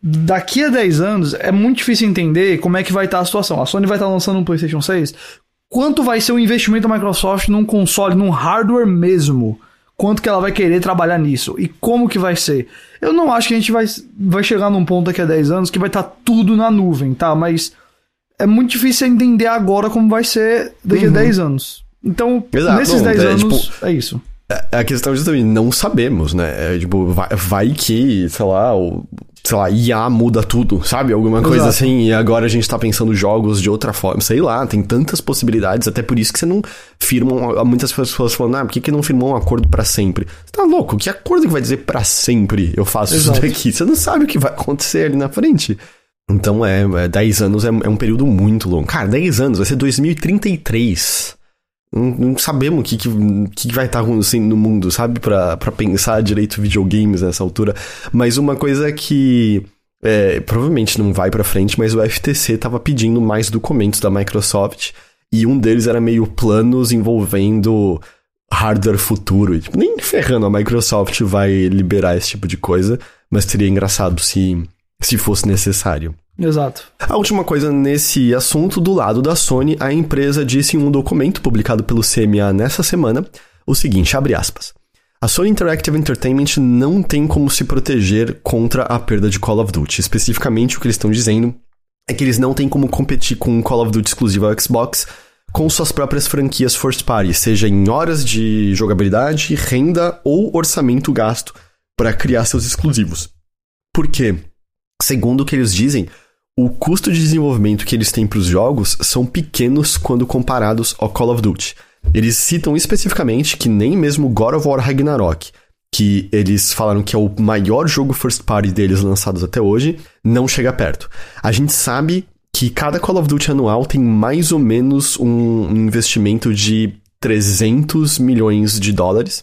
daqui a dez anos é muito difícil entender como é que vai estar a situação. A Sony vai estar lançando um PlayStation seis. Quanto vai ser o investimento da Microsoft num console, num hardware mesmo? Quanto que ela vai querer trabalhar nisso? E como que vai ser? Eu não acho que a gente vai, vai chegar num ponto daqui a dez anos que vai estar tudo na nuvem, tá? Mas é muito difícil entender agora como vai ser daqui uhum. a dez anos. Então, Exato. nesses dez é, anos, tipo, é isso. A questão é justamente, não sabemos, né? É, tipo, vai, vai que, sei lá, o, sei lá, I A muda tudo, sabe? Alguma coisa Exato. assim, e agora a gente tá pensando jogos de outra forma, sei lá, tem tantas possibilidades, até por isso que você não firma, muitas pessoas falam, ah, por que que não firmou um acordo pra sempre? Você tá louco? Que acordo que vai dizer pra sempre eu faço Exato. isso daqui? Você não sabe o que vai acontecer ali na frente. Então é, é dez anos é, é um período muito longo. Cara, dez anos, vai ser dois mil e trinta e três. Não, não sabemos o que, que, que vai estar acontecendo no mundo, sabe? Pra, pra pensar direito videogames nessa altura. Mas uma coisa que é, provavelmente não vai pra frente, mas o F T C tava pedindo mais documentos da Microsoft. E um deles era meio planos envolvendo hardware futuro. E, tipo, nem ferrando a Microsoft vai liberar esse tipo de coisa. Mas seria engraçado se, se fosse necessário. Exato. A última coisa nesse assunto, do lado da Sony, a empresa disse em um documento publicado pelo C M A nessa semana o seguinte, abre aspas. A Sony Interactive Entertainment não tem como se proteger contra a perda de Call of Duty. Especificamente, o que eles estão dizendo é que eles não têm como competir com um Call of Duty exclusivo ao Xbox com suas próprias franquias first party, seja em horas de jogabilidade, renda ou orçamento gasto para criar seus exclusivos. Por quê? Segundo o que eles dizem, o custo de desenvolvimento que eles têm para os jogos são pequenos quando comparados ao Call of Duty. Eles citam especificamente que nem mesmo God of War Ragnarok, que eles falaram que é o maior jogo first party deles lançados até hoje, não chega perto. A gente sabe que cada Call of Duty anual tem mais ou menos um investimento de trezentos milhões de dólares.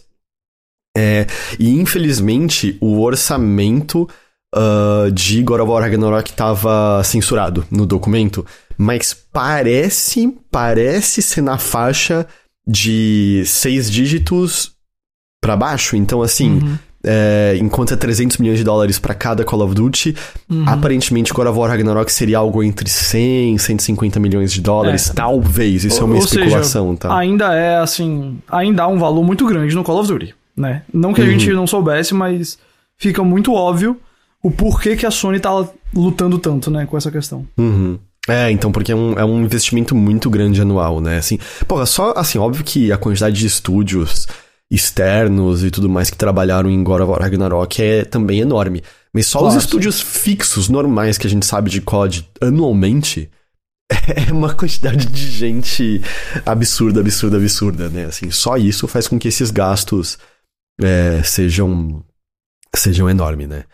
É, e infelizmente o orçamento Uh, de God of War Ragnarok estava censurado no documento, mas parece, parece ser na faixa de seis dígitos pra baixo. Então, assim, uhum. é, enquanto é trezentos milhões de dólares pra cada Call of Duty, uhum. aparentemente God of War Ragnarok seria algo entre cem, cento e cinquenta milhões de dólares, é. talvez. Isso ou, é uma especulação, seja, tá? Ainda é, assim, ainda há um valor muito grande no Call of Duty, né? Não que a uhum. gente não soubesse, mas fica muito óbvio o porquê que a Sony tá lutando tanto, né, com essa questão. Uhum. É, então, porque é um, é um investimento muito grande anual, né, assim... Porra, só, assim, óbvio que a quantidade de estúdios externos e tudo mais que trabalharam em God of War Ragnarok é também enorme. Mas só claro, os estúdios sim. fixos, normais, que a gente sabe de C O D anualmente, é uma quantidade de gente absurda, absurda, absurda, né, assim... Só isso faz com que esses gastos é, sejam, sejam enormes, né.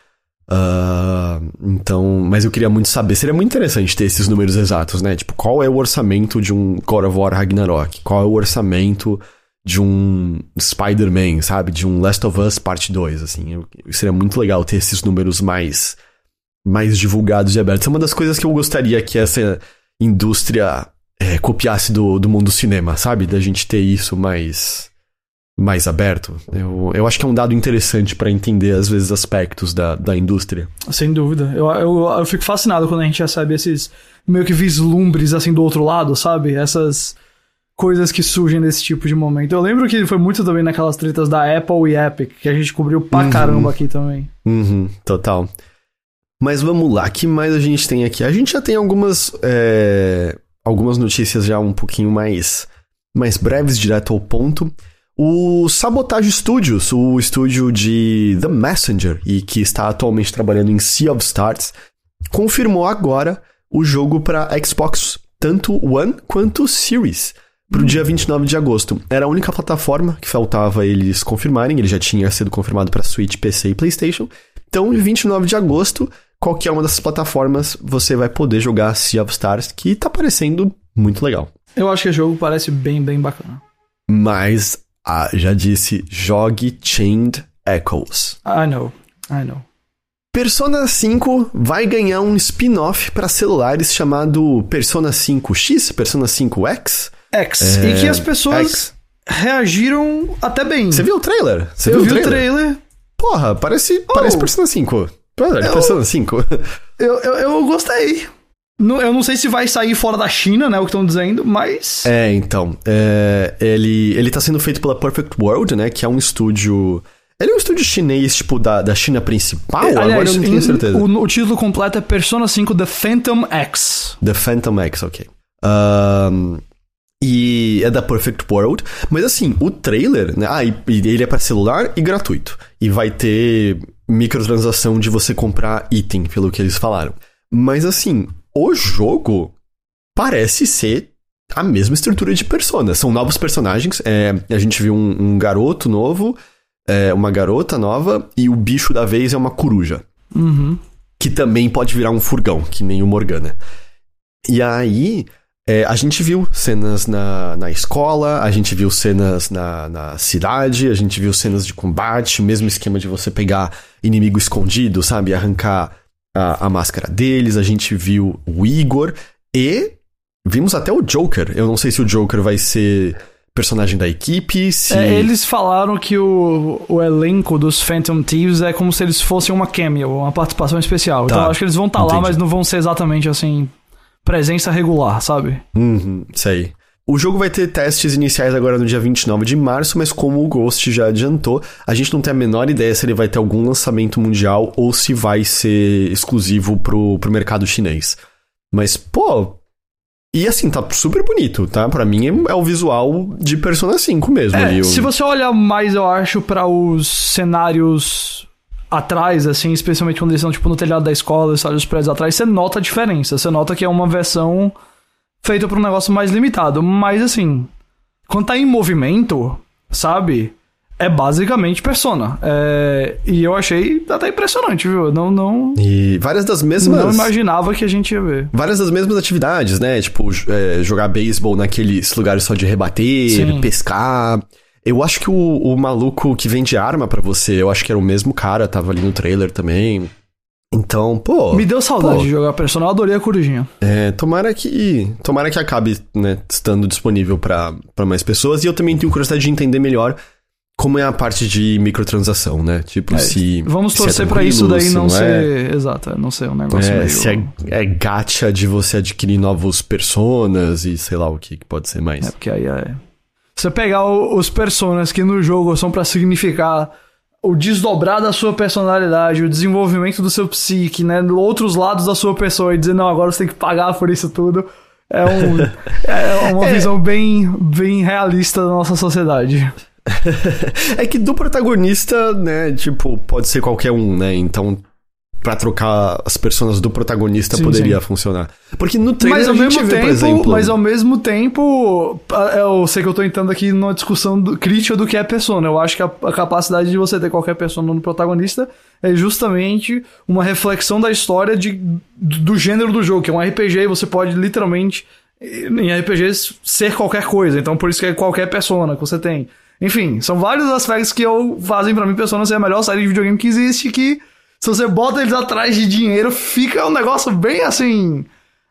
Uh, então, mas eu queria muito saber, seria muito interessante ter esses números exatos, né? Tipo, qual é o orçamento de um God of War Ragnarok? Qual é o orçamento de um Spider-Man, sabe? De um Last of Us Parte dois, assim. Eu, seria muito legal ter esses números mais, mais divulgados e abertos. É uma das coisas que eu gostaria que essa indústria é, copiasse do, do mundo do cinema, sabe? Da gente ter isso mais... mais aberto. Eu, eu acho que é um dado interessante pra entender, às vezes, aspectos da, da indústria. Sem dúvida. Eu, eu, eu fico fascinado quando a gente recebe esses meio que vislumbres, assim, do outro lado, sabe? Essas coisas que surgem desse tipo de momento. Eu lembro que foi muito também naquelas tretas da Apple e Epic, que a gente cobriu pra uhum. caramba aqui também. Uhum, total. Mas vamos lá, o que mais a gente tem aqui? A gente já tem algumas, é, algumas notícias já um pouquinho mais, mais breves, direto ao ponto. O Sabotage Studios, o estúdio de The Messenger, e que está atualmente trabalhando em Sea of Stars, confirmou agora o jogo para Xbox, tanto One quanto Series, para o dia vinte e nove de agosto. Era a única plataforma que faltava eles confirmarem, ele já tinha sido confirmado para Switch, P C e PlayStation. Então, vinte e nove de agosto, qualquer uma dessas plataformas, você vai poder jogar Sea of Stars, que tá parecendo muito legal. Eu acho que o jogo parece bem, bem bacana. Mas... Ah, já disse, jogue Chained Echoes. I know, I know. Persona cinco vai ganhar um spin-off para celulares chamado Persona cinco X, Persona cinco X. X, é... e que as pessoas X. reagiram até bem. Você viu o trailer? Você Eu viu vi o trailer? trailer. Porra, parece, oh. parece Persona cinco. Parece eu... Persona cinco. Eu, eu, eu gostei. Eu não sei se vai sair fora da China, né, o que estão dizendo, mas... É, então, é, ele, ele tá sendo feito pela Perfect World, né, que é um estúdio... Ele é um estúdio chinês, tipo, da, da China principal? É, aliás, agora eu não tenho certeza. O, o título completo é Persona cinco The Phantom X. The Phantom X, ok. Um, e é da Perfect World, mas assim, o trailer, né, ah, e, e ele é pra celular e gratuito. E vai ter microtransação de você comprar item, pelo que eles falaram. Mas assim... O jogo parece ser a mesma estrutura de Persona. São novos personagens. É, a gente viu um, um garoto novo, é, uma garota nova, e o bicho da vez é uma coruja. Uhum. Que também pode virar um furgão, que nem o Morgana. E aí, é, a gente viu cenas na, na escola, a gente viu cenas na, na cidade, a gente viu cenas de combate, o mesmo esquema de você pegar inimigo escondido, sabe? Arrancar... A, a máscara deles, a gente viu o Igor e vimos até o Joker. Eu não sei se o Joker vai ser personagem da equipe, se... É, eles falaram que o, o elenco dos Phantom Thieves é como se eles fossem uma cameo, uma participação especial. Tá. Então eu acho que eles vão estar tá lá, mas não vão ser exatamente assim, presença regular, sabe? Uhum, isso aí. O jogo vai ter testes iniciais agora no dia vinte e nove de março, mas como o Ghost já adiantou, a gente não tem a menor ideia se ele vai ter algum lançamento mundial ou se vai ser exclusivo pro, pro mercado chinês. Mas, pô... E assim, tá super bonito, tá? Pra mim é, é o visual de Persona cinco mesmo. É, ali, se o... você olhar mais, eu acho, pra os cenários atrás, assim, especialmente quando eles estão, tipo, no telhado da escola, os prédios atrás, você nota a diferença. Você nota que é uma versão... feito pra um negócio mais limitado. Mas, assim, quando tá em movimento, sabe? É basicamente Persona. É... E eu achei até impressionante, viu? Não, não... E várias das mesmas... Não imaginava que a gente ia ver. Várias das mesmas atividades, né? Tipo, é, jogar beisebol naqueles lugares só de rebater, Sim. pescar... Eu acho que o, o maluco que vende arma pra você, eu acho que era o mesmo cara, tava ali no trailer também... Então, pô... Me deu saudade pô, de jogar Persona, eu adorei a corujinha. É, tomara que... Tomara que acabe, né, estando disponível pra, pra mais pessoas. E eu também tenho curiosidade de entender melhor como é a parte de microtransação, né? Tipo, é, se... Vamos torcer se é pra isso daí não, não ser... É... Exato, não ser um negócio é, meio... Se é, é gacha de você adquirir novos personas e sei lá o que, que pode ser mais. É, porque aí é... Se você pegar o, os personas que no jogo são pra significar... o desdobrar da sua personalidade, o desenvolvimento do seu psique, né? Outros lados da sua pessoa e dizer, não, agora você tem que pagar por isso tudo. É, um, é uma é. visão bem, bem realista da nossa sociedade. É que do protagonista, né, tipo, pode ser qualquer um, né? Então, pra trocar as personas do protagonista sim, poderia sim. funcionar. Porque no trailer mas, ao a gente mesmo vê, tempo, por exemplo... Mas ao mesmo tempo, eu sei que eu tô entrando aqui numa discussão do, crítica do que é persona. Eu acho que a, a capacidade de você ter qualquer persona no protagonista é justamente uma reflexão da história de, do, do gênero do jogo, que é um R P G e você pode literalmente, em R P Gs, ser qualquer coisa. Então por isso que é qualquer persona que você tem. Enfim, são vários aspectos que eu, fazem pra mim Persona ser a melhor série de videogame que existe, que se você bota eles atrás de dinheiro, fica um negócio bem assim...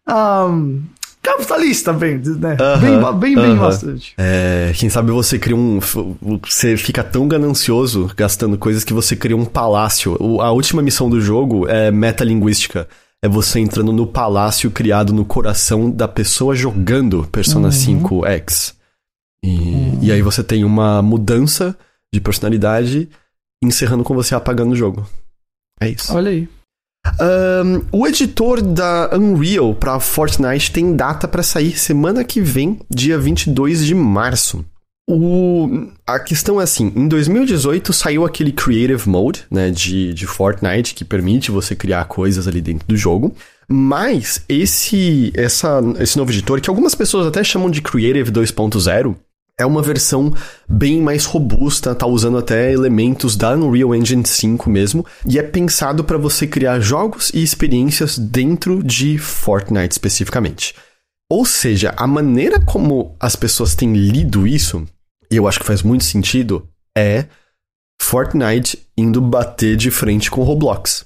Um, capitalista, bem, né? Uh-huh, bem, bem, bem uh-huh. bastante. É, quem sabe você cria um... Você fica tão ganancioso gastando coisas que você cria um palácio. O, a última missão do jogo é metalinguística. É você entrando no palácio criado no coração da pessoa jogando Persona uhum. cinco X. E, uhum. e aí você tem uma mudança de personalidade encerrando com você apagando o jogo. É isso. Olha aí. Um, o editor da Unreal pra Fortnite tem data pra sair semana que vem, dia vinte e dois de março. O... A questão é assim, em dois mil e dezoito saiu aquele Creative Mode, né, de, de Fortnite, que permite você criar coisas ali dentro do jogo. Mas esse, essa, esse novo editor, que algumas pessoas até chamam de Creative dois ponto zero, é uma versão bem mais robusta, tá usando até elementos da Unreal Engine cinco mesmo, e é pensado para você criar jogos e experiências dentro de Fortnite especificamente. Ou seja, a maneira como as pessoas têm lido isso, e eu acho que faz muito sentido, é Fortnite indo bater de frente com Roblox.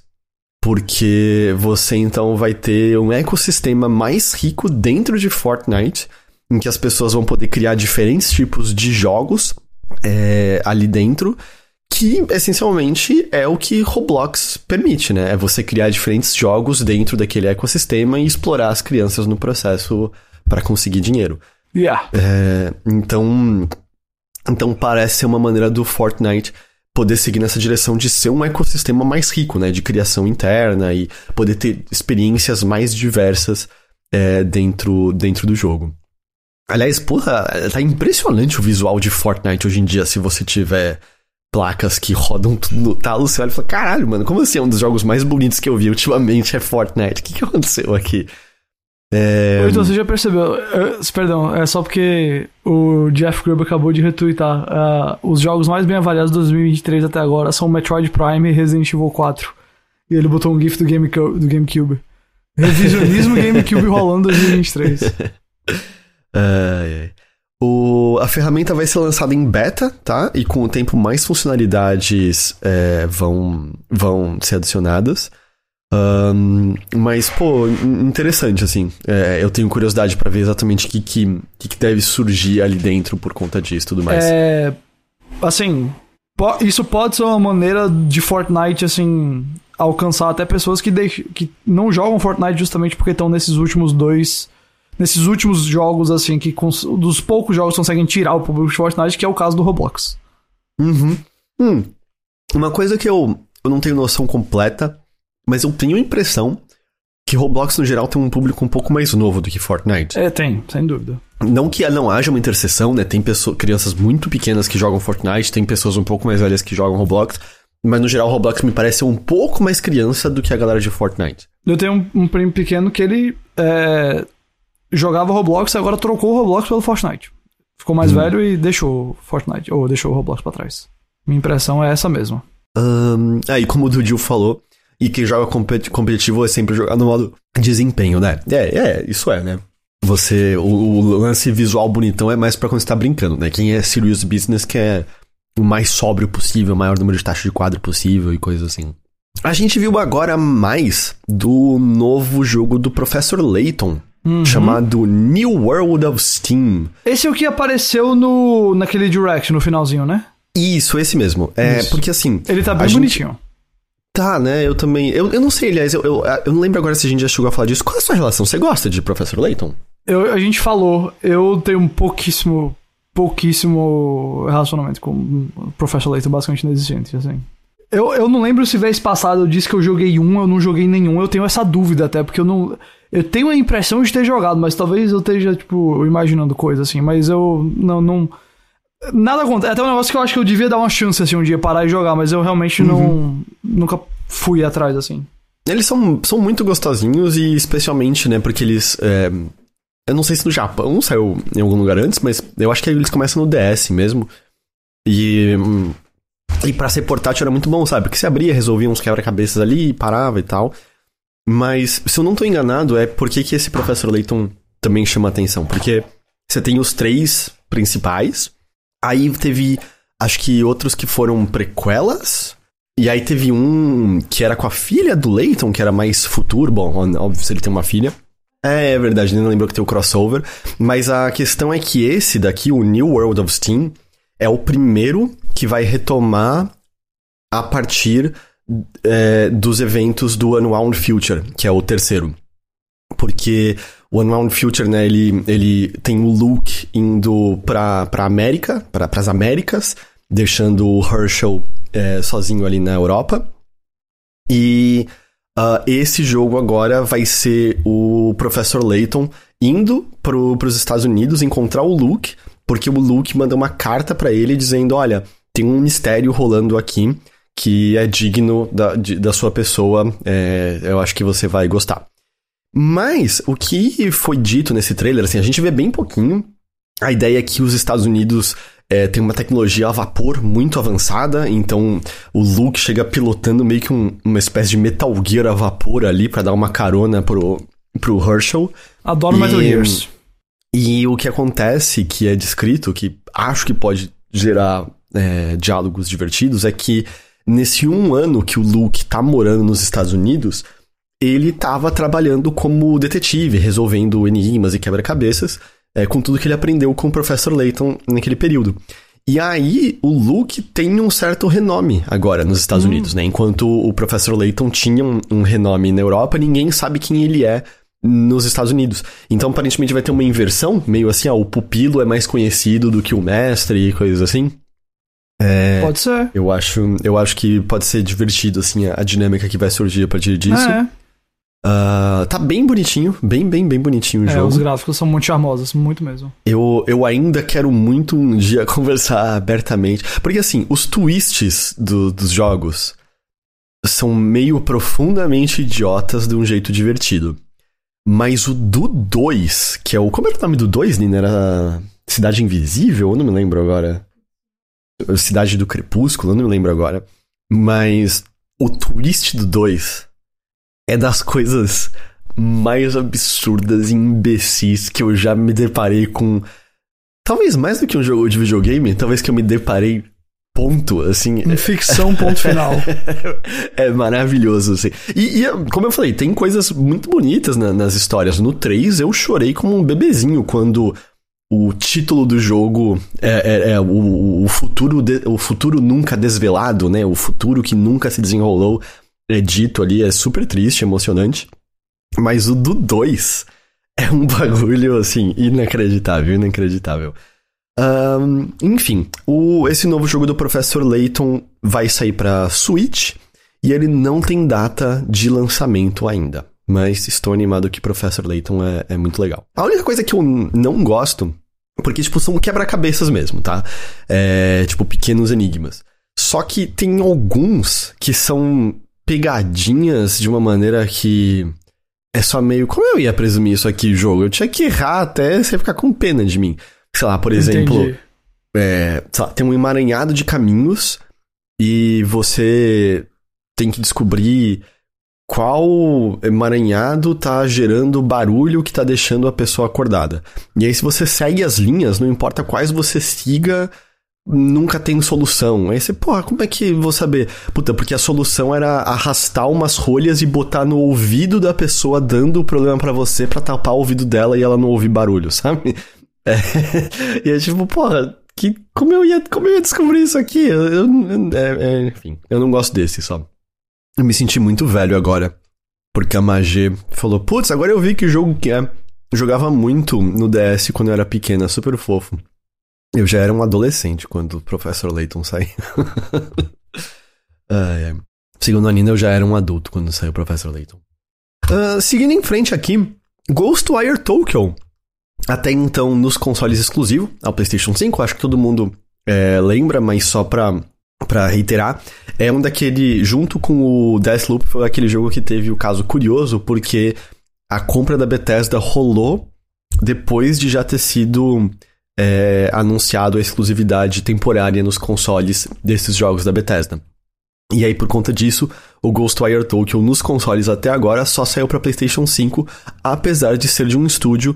Porque você então vai ter um ecossistema mais rico dentro de Fortnite, em que as pessoas vão poder criar diferentes tipos de jogos é, ali dentro, que, essencialmente, é o que Roblox permite, né? É você criar diferentes jogos dentro daquele ecossistema e explorar as crianças no processo para conseguir dinheiro. Yeah. É, então, então parece ser uma maneira do Fortnite poder seguir nessa direção de ser um ecossistema mais rico, né? De criação interna e poder ter experiências mais diversas é, dentro, dentro do jogo. Aliás, porra, tá impressionante o visual de Fortnite hoje em dia, se você tiver placas que rodam tudo no talo, você olha e fala, caralho, mano, como assim é um dos jogos mais bonitos que eu vi ultimamente é Fortnite? O que, que aconteceu aqui? É... Então, você já percebeu, uh, perdão, é só porque o Jeff Grubb acabou de retweetar, uh, os jogos mais bem avaliados de dois mil e vinte e três até agora são Metroid Prime e Resident Evil quatro. E ele botou um gif do, Game, do GameCube. Revisionismo GameCube rolando dois mil e vinte e três. uh, o, a ferramenta vai ser lançada em beta, tá? E com o tempo mais funcionalidades é, vão, vão ser adicionadas. Um, mas, pô, interessante, assim. É, eu tenho curiosidade pra ver exatamente o que, que, que deve surgir ali dentro por conta disso e tudo mais. É. Assim, po- isso pode ser uma maneira de Fortnite, assim, alcançar até pessoas que, deix- que não jogam Fortnite justamente porque estão nesses últimos dois. Nesses últimos jogos, assim, que cons- dos poucos jogos conseguem tirar o público de Fortnite, que é o caso do Roblox. Uhum. Hum. Uma coisa que eu, eu não tenho noção completa. Mas eu tenho a impressão que Roblox, no geral, tem um público um pouco mais novo do que Fortnite. É, tem, sem dúvida. Não que não haja uma interseção, né? Tem pessoas, crianças muito pequenas que jogam Fortnite, tem pessoas um pouco mais velhas que jogam Roblox, mas, no geral, Roblox me parece um pouco mais criança do que a galera de Fortnite. Eu tenho um, um primo pequeno que ele é, jogava Roblox e agora trocou o Roblox pelo Fortnite. Ficou mais hum. velho e deixou Fortnite, ou deixou o Roblox pra trás. Minha impressão é essa mesma. Um, aí, como o Dudil falou, e quem joga compet- competitivo é sempre jogar no modo desempenho, né? É, é, isso é, né? Você, o, o lance visual bonitão é mais pra quando você tá brincando, né? Quem é serious business quer o mais sóbrio possível, o maior número de taxa de quadro possível e coisas assim. A gente viu agora mais do novo jogo do Professor Layton, uhum. chamado New World of Steam. Esse é o que apareceu no, naquele Direct, no finalzinho, né? Isso, esse mesmo. É, Isso. Porque assim... Ele tá bem bonitinho. Gente... Tá, né? Eu também... Eu, eu não sei, aliás, eu, eu, eu não lembro agora se a gente já chegou a falar disso. Qual é a sua relação? Você gosta de Professor Layton? Eu, a gente falou. Eu tenho um pouquíssimo... Pouquíssimo relacionamento com o Professor Layton, basicamente inexistente, assim. Eu, eu não lembro se vez passada eu disse que eu joguei um, eu não joguei nenhum. Eu tenho essa dúvida até, porque eu não... Eu tenho a impressão de ter jogado, mas talvez eu esteja, tipo, imaginando coisa, assim. Mas eu não... não nada contra. É até um negócio que eu acho que eu devia dar uma chance, assim, um dia, parar e jogar, mas eu realmente uhum. não... Nunca fui atrás, assim. Eles são, são muito gostosinhos e especialmente, né, porque eles... É, eu não sei se no Japão saiu em algum lugar antes, mas eu acho que eles começam no D S mesmo. E... E pra ser portátil era muito bom, sabe? Porque você abria, resolvia uns quebra-cabeças ali e parava e tal. Mas, se eu não tô enganado, é por que que esse Professor Layton também chama atenção. Porque você tem os três principais, aí teve, acho que outros que foram prequelas, e aí teve um que era com a filha do Layton, que era mais futuro. Bom, óbvio, se ele tem uma filha. É, é verdade, nem lembrou que tem o crossover. Mas a questão é que esse daqui, o New World of Steam, é o primeiro que vai retomar a partir é, dos eventos do Unwound Future, que é o terceiro. Porque o Unwound Future, né, ele, ele tem o Luke indo pra, pra América, pra, pras Américas, deixando o Herschel é, sozinho ali na Europa. E uh, esse jogo agora vai ser o Professor Layton indo pro, pros Estados Unidos encontrar o Luke, porque o Luke manda uma carta pra ele dizendo, olha, tem um mistério rolando aqui que é digno da, de, da sua pessoa, é, eu acho que você vai gostar. Mas o que foi dito nesse trailer, assim, a gente vê bem pouquinho. A ideia é que os Estados Unidos é, tem uma tecnologia a vapor muito avançada, então o Luke chega pilotando meio que um, uma espécie de Metal Gear a vapor ali pra dar uma carona pro, pro Herschel. Adoro e, Metal Gears. E o que acontece, que é descrito, que acho que pode gerar é, diálogos divertidos, é que nesse um ano que o Luke tá morando nos Estados Unidos, ele tava trabalhando como detetive, resolvendo enigmas e quebra-cabeças, é, com tudo que ele aprendeu com o Professor Layton naquele período. E aí, o Luke tem um certo renome agora nos Estados hum. Unidos, né? Enquanto o Professor Layton tinha um, um renome na Europa, ninguém sabe quem ele é nos Estados Unidos. Então, aparentemente, vai ter uma inversão, meio assim, ó, o pupilo é mais conhecido do que o mestre e coisas assim. É, pode ser. Eu acho, eu acho que pode ser divertido, assim, a, a dinâmica que vai surgir a partir disso. É. Uh, tá bem bonitinho, bem, bem, bem bonitinho o é, jogo. Os gráficos são muito charmosos, muito mesmo. Eu, eu ainda quero muito um dia conversar abertamente. Porque, assim, os twists do, dos jogos são meio profundamente idiotas de um jeito divertido. Mas o do dois, que é o... Como era o nome do dois, Nina? Era Cidade Invisível? Eu não me lembro agora. Cidade do Crepúsculo? Eu não me lembro agora. Mas o twist do dois é das coisas mais absurdas e imbecis que eu já me deparei com. Talvez mais do que um jogo de videogame, talvez que eu me deparei, ponto, assim. Em ficção, ponto final. É maravilhoso, assim. E, e, como eu falei, tem coisas muito bonitas na, nas histórias. No três, eu chorei como um bebezinho quando o título do jogo é, é, é o, o, futuro de, o futuro nunca desvelado, né? O futuro que nunca se desenrolou. É dito ali, é super triste, emocionante. Mas o do dois é um bagulho, assim, inacreditável, inacreditável. Um, enfim, o, esse novo jogo do Professor Layton vai sair pra Switch e ele não tem data de lançamento ainda. Mas estou animado que Professor Layton é, é muito legal. A única coisa que eu não gosto, porque, tipo, são quebra-cabeças mesmo, tá? É, tipo, pequenos enigmas. Só que tem alguns que são pegadinhas de uma maneira que é só meio... Como eu ia presumir isso aqui, jogo? Eu tinha que errar até você ficar com pena de mim. Sei lá, por exemplo... É, sei lá, tem um emaranhado de caminhos e você tem que descobrir qual emaranhado tá gerando o barulho que tá deixando a pessoa acordada. E aí, se você segue as linhas, não importa quais você siga... nunca tem solução. Aí você, porra, como é que vou saber? Puta, porque a solução era arrastar umas rolhas e botar no ouvido da pessoa, dando o problema pra você pra tapar o ouvido dela e ela não ouvir barulho, sabe? É, e é tipo, porra, que, como, eu ia, como eu ia descobrir isso aqui? Eu, eu, é, é, enfim, eu não gosto desse, só. Eu me senti muito velho agora, porque a Magê falou, putz, agora eu vi que jogo que é. Eu jogava muito no D S quando eu era pequena, super fofo. Eu já era um adolescente quando o Professor Layton saiu. ah, é. Segundo a Nina, eu já era um adulto quando saiu o Professor Layton. Uh, seguindo em frente aqui, Ghostwire Tokyo. Até então, nos consoles exclusivos ao PlayStation cinco, acho que todo mundo é, lembra, mas só pra, pra reiterar, é um daquele, junto com o Deathloop, foi aquele jogo que teve o caso curioso, porque a compra da Bethesda rolou depois de já ter sido... É, anunciado a exclusividade temporária nos consoles desses jogos da Bethesda. E aí, por conta disso, o Ghostwire Tokyo nos consoles até agora só saiu para PlayStation cinco, apesar de ser de um estúdio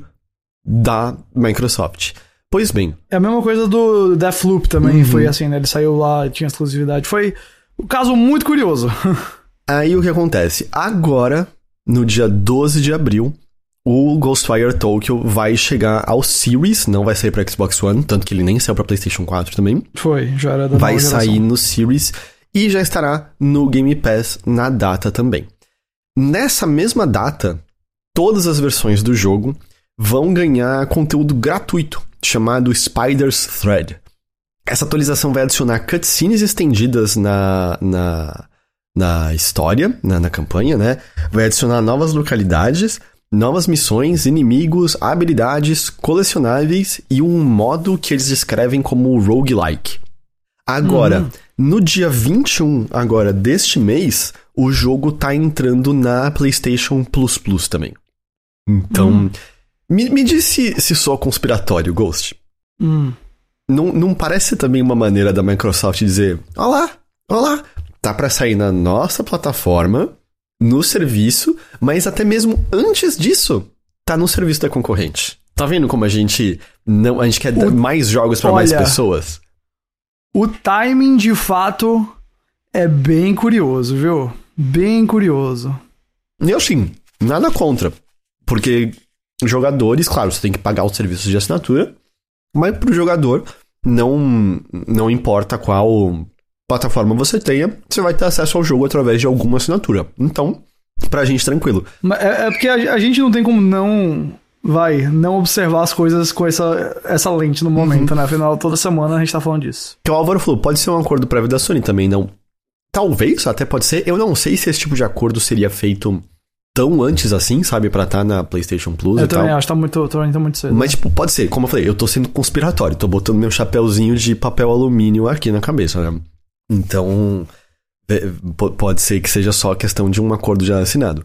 da Microsoft. Pois bem... É a mesma coisa do Deathloop também, uhum. Foi assim, né? Ele saiu lá, tinha exclusividade. Foi um caso muito curioso. Aí o que acontece? Agora, no dia doze de abril... o Ghostwire Tokyo vai chegar ao Series, não vai sair pra Xbox One, tanto que ele nem saiu pra PlayStation quatro também. Foi, já era da Vai nova sair geração. no Series e já estará no Game Pass na data também. Nessa mesma data, todas as versões do jogo vão ganhar conteúdo gratuito, chamado Spider's Thread. Essa atualização vai adicionar cutscenes estendidas na, na, na história, na, na campanha, né? Vai adicionar novas localidades... novas missões, inimigos, habilidades, colecionáveis e um modo que eles descrevem como roguelike. Agora, uhum. no dia vinte e um agora deste mês, o jogo tá entrando na PlayStation Plus Plus também. Então, uhum. me, me diz se, se sou conspiratório, Ghost. Uhum. Não, não parece também uma maneira da Microsoft dizer, olá, olá, tá pra sair na nossa plataforma... no serviço, mas até mesmo antes disso, tá no serviço da concorrente. Tá vendo como a gente não, a gente quer o... mais jogos pra Olha, mais pessoas? O timing, de fato, é bem curioso, viu? Bem curioso. Eu, sim, nada contra. Porque jogadores, claro, você tem que pagar os serviços de assinatura, mas pro jogador não, não importa qual plataforma você tenha, você vai ter acesso ao jogo através de alguma assinatura. Então, pra gente, tranquilo. É, é porque a, a gente não tem como não... Vai, não observar as coisas com essa, essa lente no momento, uhum. né? Afinal, toda semana a gente tá falando disso. Que o Álvaro falou, pode ser um acordo prévio da Sony também, não? Talvez, até pode ser. Eu não sei se esse tipo de acordo seria feito tão antes assim, sabe? Pra estar na PlayStation Plus eu e tal. Eu também acho, tá muito, tô, tá muito cedo. Mas, né? tipo, pode ser. Como eu falei, eu tô sendo conspiratório. Tô botando meu chapéuzinho de papel alumínio aqui na cabeça, né? Então, é, pode ser que seja só questão de um acordo já assinado.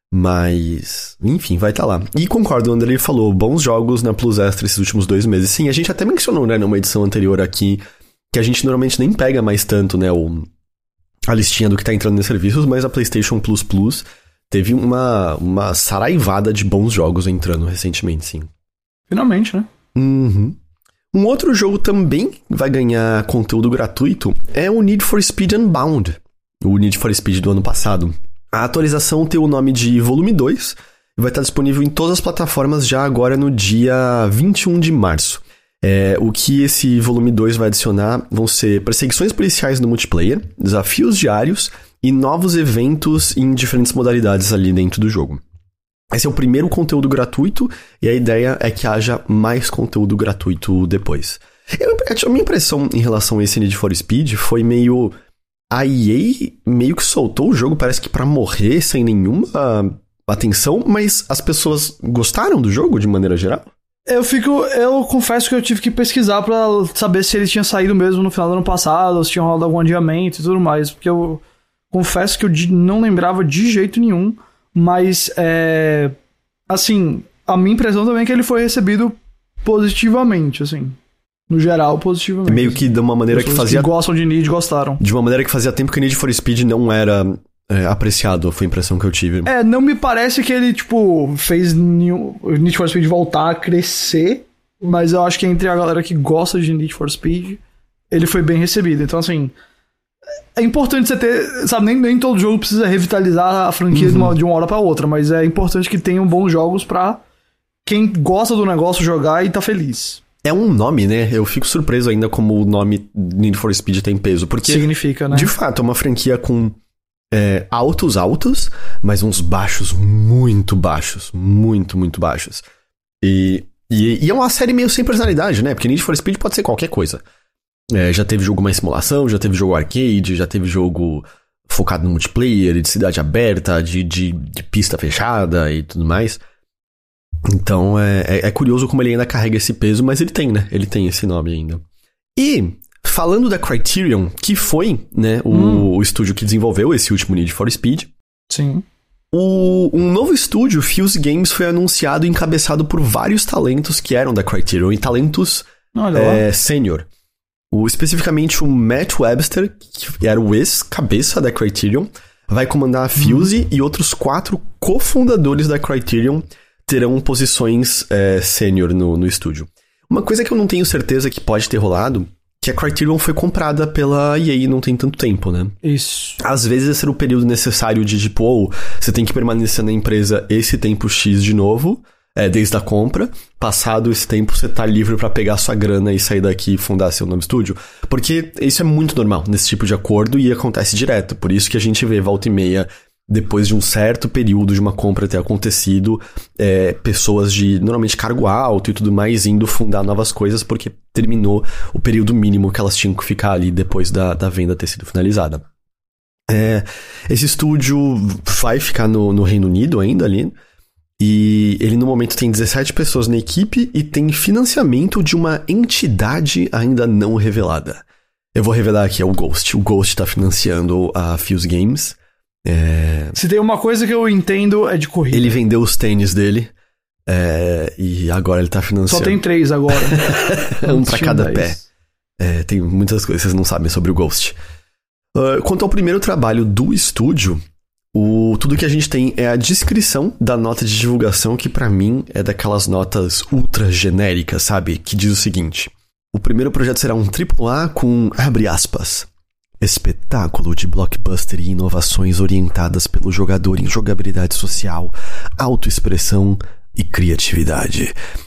Mas, enfim, vai estar tá lá. E concordo, o André falou, bons jogos na Plus Extra esses últimos dois meses. Sim, a gente até mencionou, né, numa edição anterior aqui, que a gente normalmente nem pega mais tanto, né, o, a listinha do que tá entrando nos serviços, mas a PlayStation Plus Plus teve uma, uma saraivada de bons jogos entrando recentemente, sim. Finalmente, né? Uhum. Um outro jogo também vai ganhar conteúdo gratuito é o Need for Speed Unbound, o Need for Speed do ano passado. A atualização tem o nome de Volume dois e vai estar disponível em todas as plataformas já agora no dia vinte e um de março. É, o que esse Volume dois vai adicionar vão ser perseguições policiais no multiplayer, desafios diários e novos eventos em diferentes modalidades ali dentro do jogo. Esse é o primeiro conteúdo gratuito e a ideia é que haja mais conteúdo gratuito depois. Eu, a minha impressão em relação a esse Need for Speed foi meio... A E A meio que soltou o jogo, parece que pra morrer, sem nenhuma atenção, mas as pessoas gostaram do jogo de maneira geral? Eu fico, eu confesso que eu tive que pesquisar pra saber se ele tinha saído mesmo no final do ano passado, ou se tinha rolado algum adiamento e tudo mais, porque eu confesso que eu não lembrava de jeito nenhum, mas é, assim, a minha impressão também é que ele foi recebido positivamente, assim. No geral, positivamente. Meio que de uma maneira Pessoas que fazia... que gostam de Need, gostaram. De uma maneira que fazia tempo que Need for Speed não era é, apreciado, foi a impressão que eu tive. É, não me parece que ele, tipo, fez New... Need for Speed voltar a crescer, mas eu acho que entre a galera que gosta de Need for Speed, ele foi bem recebido. Então, assim, é importante você ter... Sabe, nem, nem todo jogo precisa revitalizar a franquia uhum. de, uma, de uma hora pra outra, mas é importante que tenham bons jogos pra quem gosta do negócio jogar e tá feliz. É um nome, né? Eu fico surpreso ainda como o nome Need for Speed tem peso. Porque, significa, né? De fato, é uma franquia com é, altos altos, mas uns baixos muito baixos. Muito, muito baixos. E, e, e é uma série meio sem personalidade, né? Porque Need for Speed pode ser qualquer coisa. É, já teve jogo mais simulação, já teve jogo arcade, já teve jogo focado no multiplayer, de cidade aberta, de, de, de pista fechada e tudo mais. Então é, é, é curioso como ele ainda carrega esse peso, mas ele tem, né? Ele tem esse nome ainda. E, falando da Criterion, que foi, né, o, hum. o estúdio que desenvolveu esse último Need for Speed. Sim. O, um novo estúdio, Fuse Games, foi anunciado e encabeçado por vários talentos que eram da Criterion, e talentos é, sênior. O, especificamente o Matt Webster, que era o ex-cabeça da Criterion, vai comandar a Fuse hum. e outros quatro cofundadores da Criterion terão posições é, sênior no, no estúdio. Uma coisa que eu não tenho certeza que pode ter rolado, que a Criterion foi comprada pela E A não tem tanto tempo, né? Isso. Às vezes esse era o período necessário de, tipo, ou você tem que permanecer na empresa esse tempo X de novo, é, desde a compra. Passado esse tempo, você tá livre pra pegar sua grana e sair daqui e fundar seu novo estúdio. Porque isso é muito normal nesse tipo de acordo e acontece direto. Por isso que a gente vê volta e meia, depois de um certo período de uma compra ter acontecido, é, pessoas de, normalmente, cargo alto e tudo mais, indo fundar novas coisas porque terminou o período mínimo que elas tinham que ficar ali depois da, da venda ter sido finalizada. É, esse estúdio vai ficar no, no Reino Unido ainda ali, e ele no momento tem dezessete pessoas na equipe e tem financiamento de uma entidade ainda não revelada. Eu vou revelar aqui, é o Ghost. O Ghost tá financiando a Fuse Games. É... Se tem uma coisa que eu entendo é de corrida. Ele vendeu os tênis dele é... e agora ele tá financiando. Só tem três agora. Um pra cada pé. É, tem muitas coisas que vocês não sabem sobre o Ghost. Uh, quanto ao primeiro trabalho do estúdio, o... tudo que a gente tem é a descrição da nota de divulgação, que pra mim é daquelas notas ultra genéricas, sabe? Que diz o seguinte: o primeiro projeto será um triplo A com, abre aspas, espetáculo de blockbuster e inovações orientadas pelo jogador em jogabilidade social, autoexpressão e criatividade.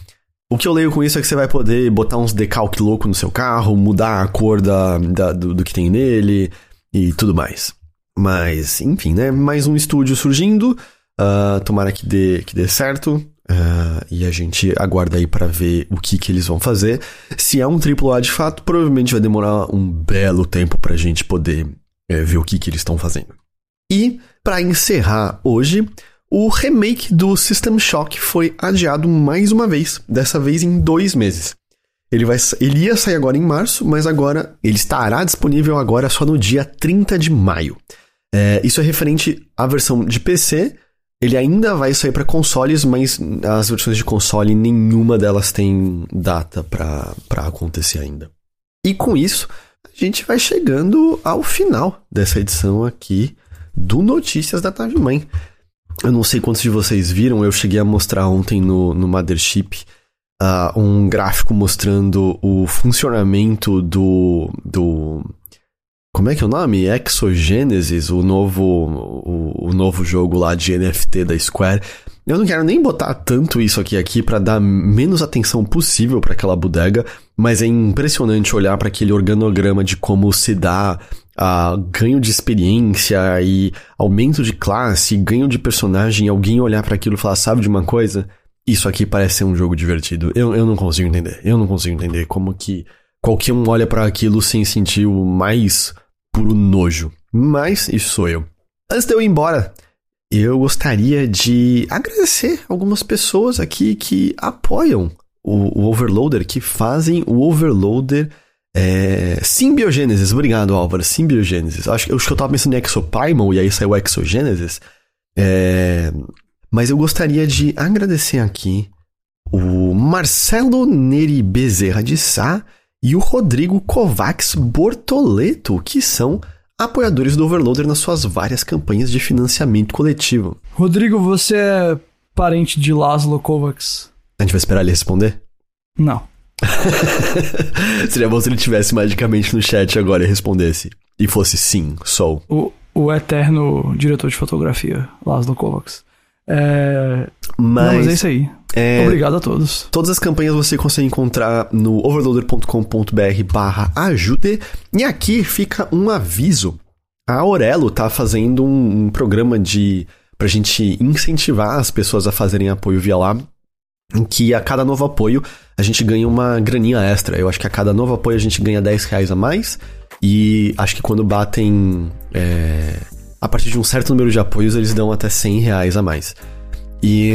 O que eu leio com isso é que você vai poder botar uns decalque louco no seu carro, mudar a cor da, da, do, do que tem nele e tudo mais. Mas, enfim, né? Mais um estúdio surgindo. Uh, tomara que dê, que dê certo. Uh, e a gente aguarda aí pra ver o que, que eles vão fazer. Se é um triplo A de fato, provavelmente vai demorar um belo tempo pra gente poder é, ver o que, que eles estão fazendo. E, pra encerrar hoje, o remake do System Shock foi adiado mais uma vez, dessa vez em dois meses. Ele, vai, ele ia sair agora em março, mas agora ele estará disponível agora só no dia trinta de maio. É, isso é referente à versão de P C. Ele ainda vai sair para consoles, mas as versões de console, nenhuma delas tem data para acontecer ainda. E com isso, a gente vai chegando ao final dessa edição aqui do Notícias da Nave Mãe. Eu não sei quantos de vocês viram, eu cheguei a mostrar ontem no, no Mothership uh, um gráfico mostrando o funcionamento do, do... Como é que é o nome? Exogenesis, o novo, o, o novo jogo lá de N F T da Square. Eu não quero nem botar tanto isso aqui, aqui para dar menos atenção possível para aquela bodega, mas é impressionante olhar para aquele organograma de como se dá a ganho de experiência e aumento de classe, ganho de personagem, alguém olhar para aquilo e falar, sabe de uma coisa? Isso aqui parece ser um jogo divertido. Eu, eu não consigo entender. Eu não consigo entender como que qualquer um olha para aquilo sem sentir o mais puro nojo. Mas isso sou eu. Antes de eu ir embora, eu gostaria de agradecer algumas pessoas aqui que apoiam o, o Overloader, que fazem o Overloader é, Symbiogênesis. Obrigado, Álvaro. Symbiogênesis. Acho, acho que eu tava pensando em Exoprimal e aí saiu Exogênesis. É, mas eu gostaria de agradecer aqui o Marcelo Neri Bezerra de Sá e o Rodrigo Kovacs Bortoleto, que são apoiadores do Overloader nas suas várias campanhas de financiamento coletivo. Rodrigo, você é parente de Laszlo Kovacs? A gente vai esperar ele responder? Não. Seria bom se ele tivesse magicamente no chat agora e respondesse. E fosse sim, sou. O, o eterno diretor de fotografia, Laszlo Kovacs. É... Mas... Não, mas é isso aí. É... Obrigado a todos. Todas as campanhas você consegue encontrar no overloader.com.br barra ajude. E aqui fica um aviso. A Aurelo tá fazendo um, um programa de pra gente incentivar as pessoas a fazerem apoio via lá, em que a cada novo apoio a gente ganha uma graninha extra. Eu acho que a cada novo apoio a gente ganha dez reais a mais. E acho que quando batem... É... A partir de um certo número de apoios, eles dão até cem reais a mais. E...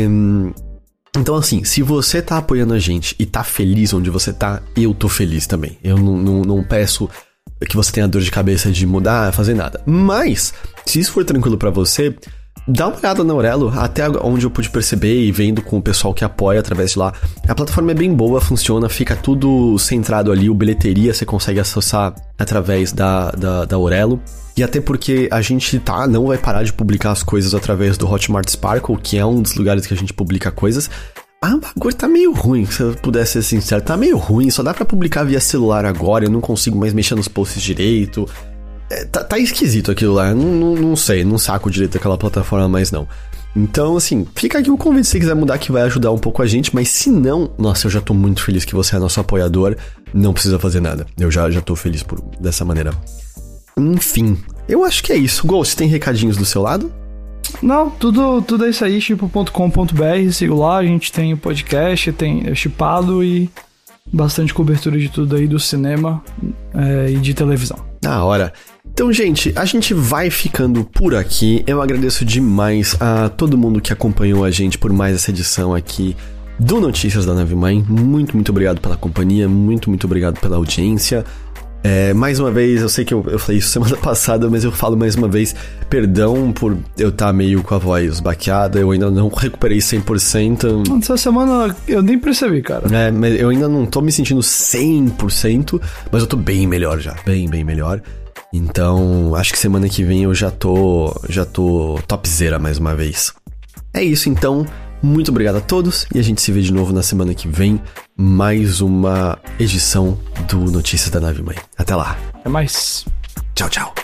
Então, assim, se você tá apoiando a gente e tá feliz onde você tá, eu tô feliz também. Eu não, não, não peço que você tenha dor de cabeça de mudar, fazer nada. Mas, se isso for tranquilo pra você, dá uma olhada na Aurelo, até onde eu pude perceber e vendo com o pessoal que apoia através de lá. A plataforma é bem boa, funciona, fica tudo centrado ali, o bilheteria você consegue acessar através da, da, da Aurelo. E até porque a gente tá, não vai parar de publicar as coisas através do Hotmart Sparkle, que é um dos lugares que a gente publica coisas. Ah, o bagulho tá meio ruim, se eu pudesse ser sincero, tá meio ruim, só dá pra publicar via celular agora, eu não consigo mais mexer nos posts direito. É, tá, tá esquisito aquilo lá, não, não, não sei, não saco direito aquela plataforma mais não. Então, assim, fica aqui o convite se você quiser mudar, que vai ajudar um pouco a gente, mas se não, nossa, eu já tô muito feliz que você é nosso apoiador, não precisa fazer nada, eu já, já tô feliz por, dessa maneira. Enfim, eu acho que é isso. Ghost, tem recadinhos do seu lado? Não, tudo, tudo é isso aí, chipo ponto com ponto b r, sigo lá, a gente tem o podcast, tem chipado e bastante cobertura de tudo aí do cinema é, e de televisão. Da hora. Então, gente, a gente vai ficando por aqui. Eu agradeço demais a todo mundo que acompanhou a gente por mais essa edição aqui do Notícias da Nave Mãe. Muito, muito obrigado pela companhia, muito, muito obrigado pela audiência. É, mais uma vez, eu sei que eu, eu falei isso semana passada, mas eu falo mais uma vez, perdão por eu estar tá meio com a voz baqueada, eu ainda não recuperei cem por cento. Essa semana eu nem percebi, cara. É, mas eu ainda não tô me sentindo cem por cento, mas eu tô bem melhor já, bem, bem melhor. Então, acho que semana que vem eu já tô, já tô topzera mais uma vez. É isso, então. Muito obrigado a todos e a gente se vê de novo na semana que vem. Mais uma edição do Notícias da Nave Mãe. Até lá. Até mais. Tchau, tchau.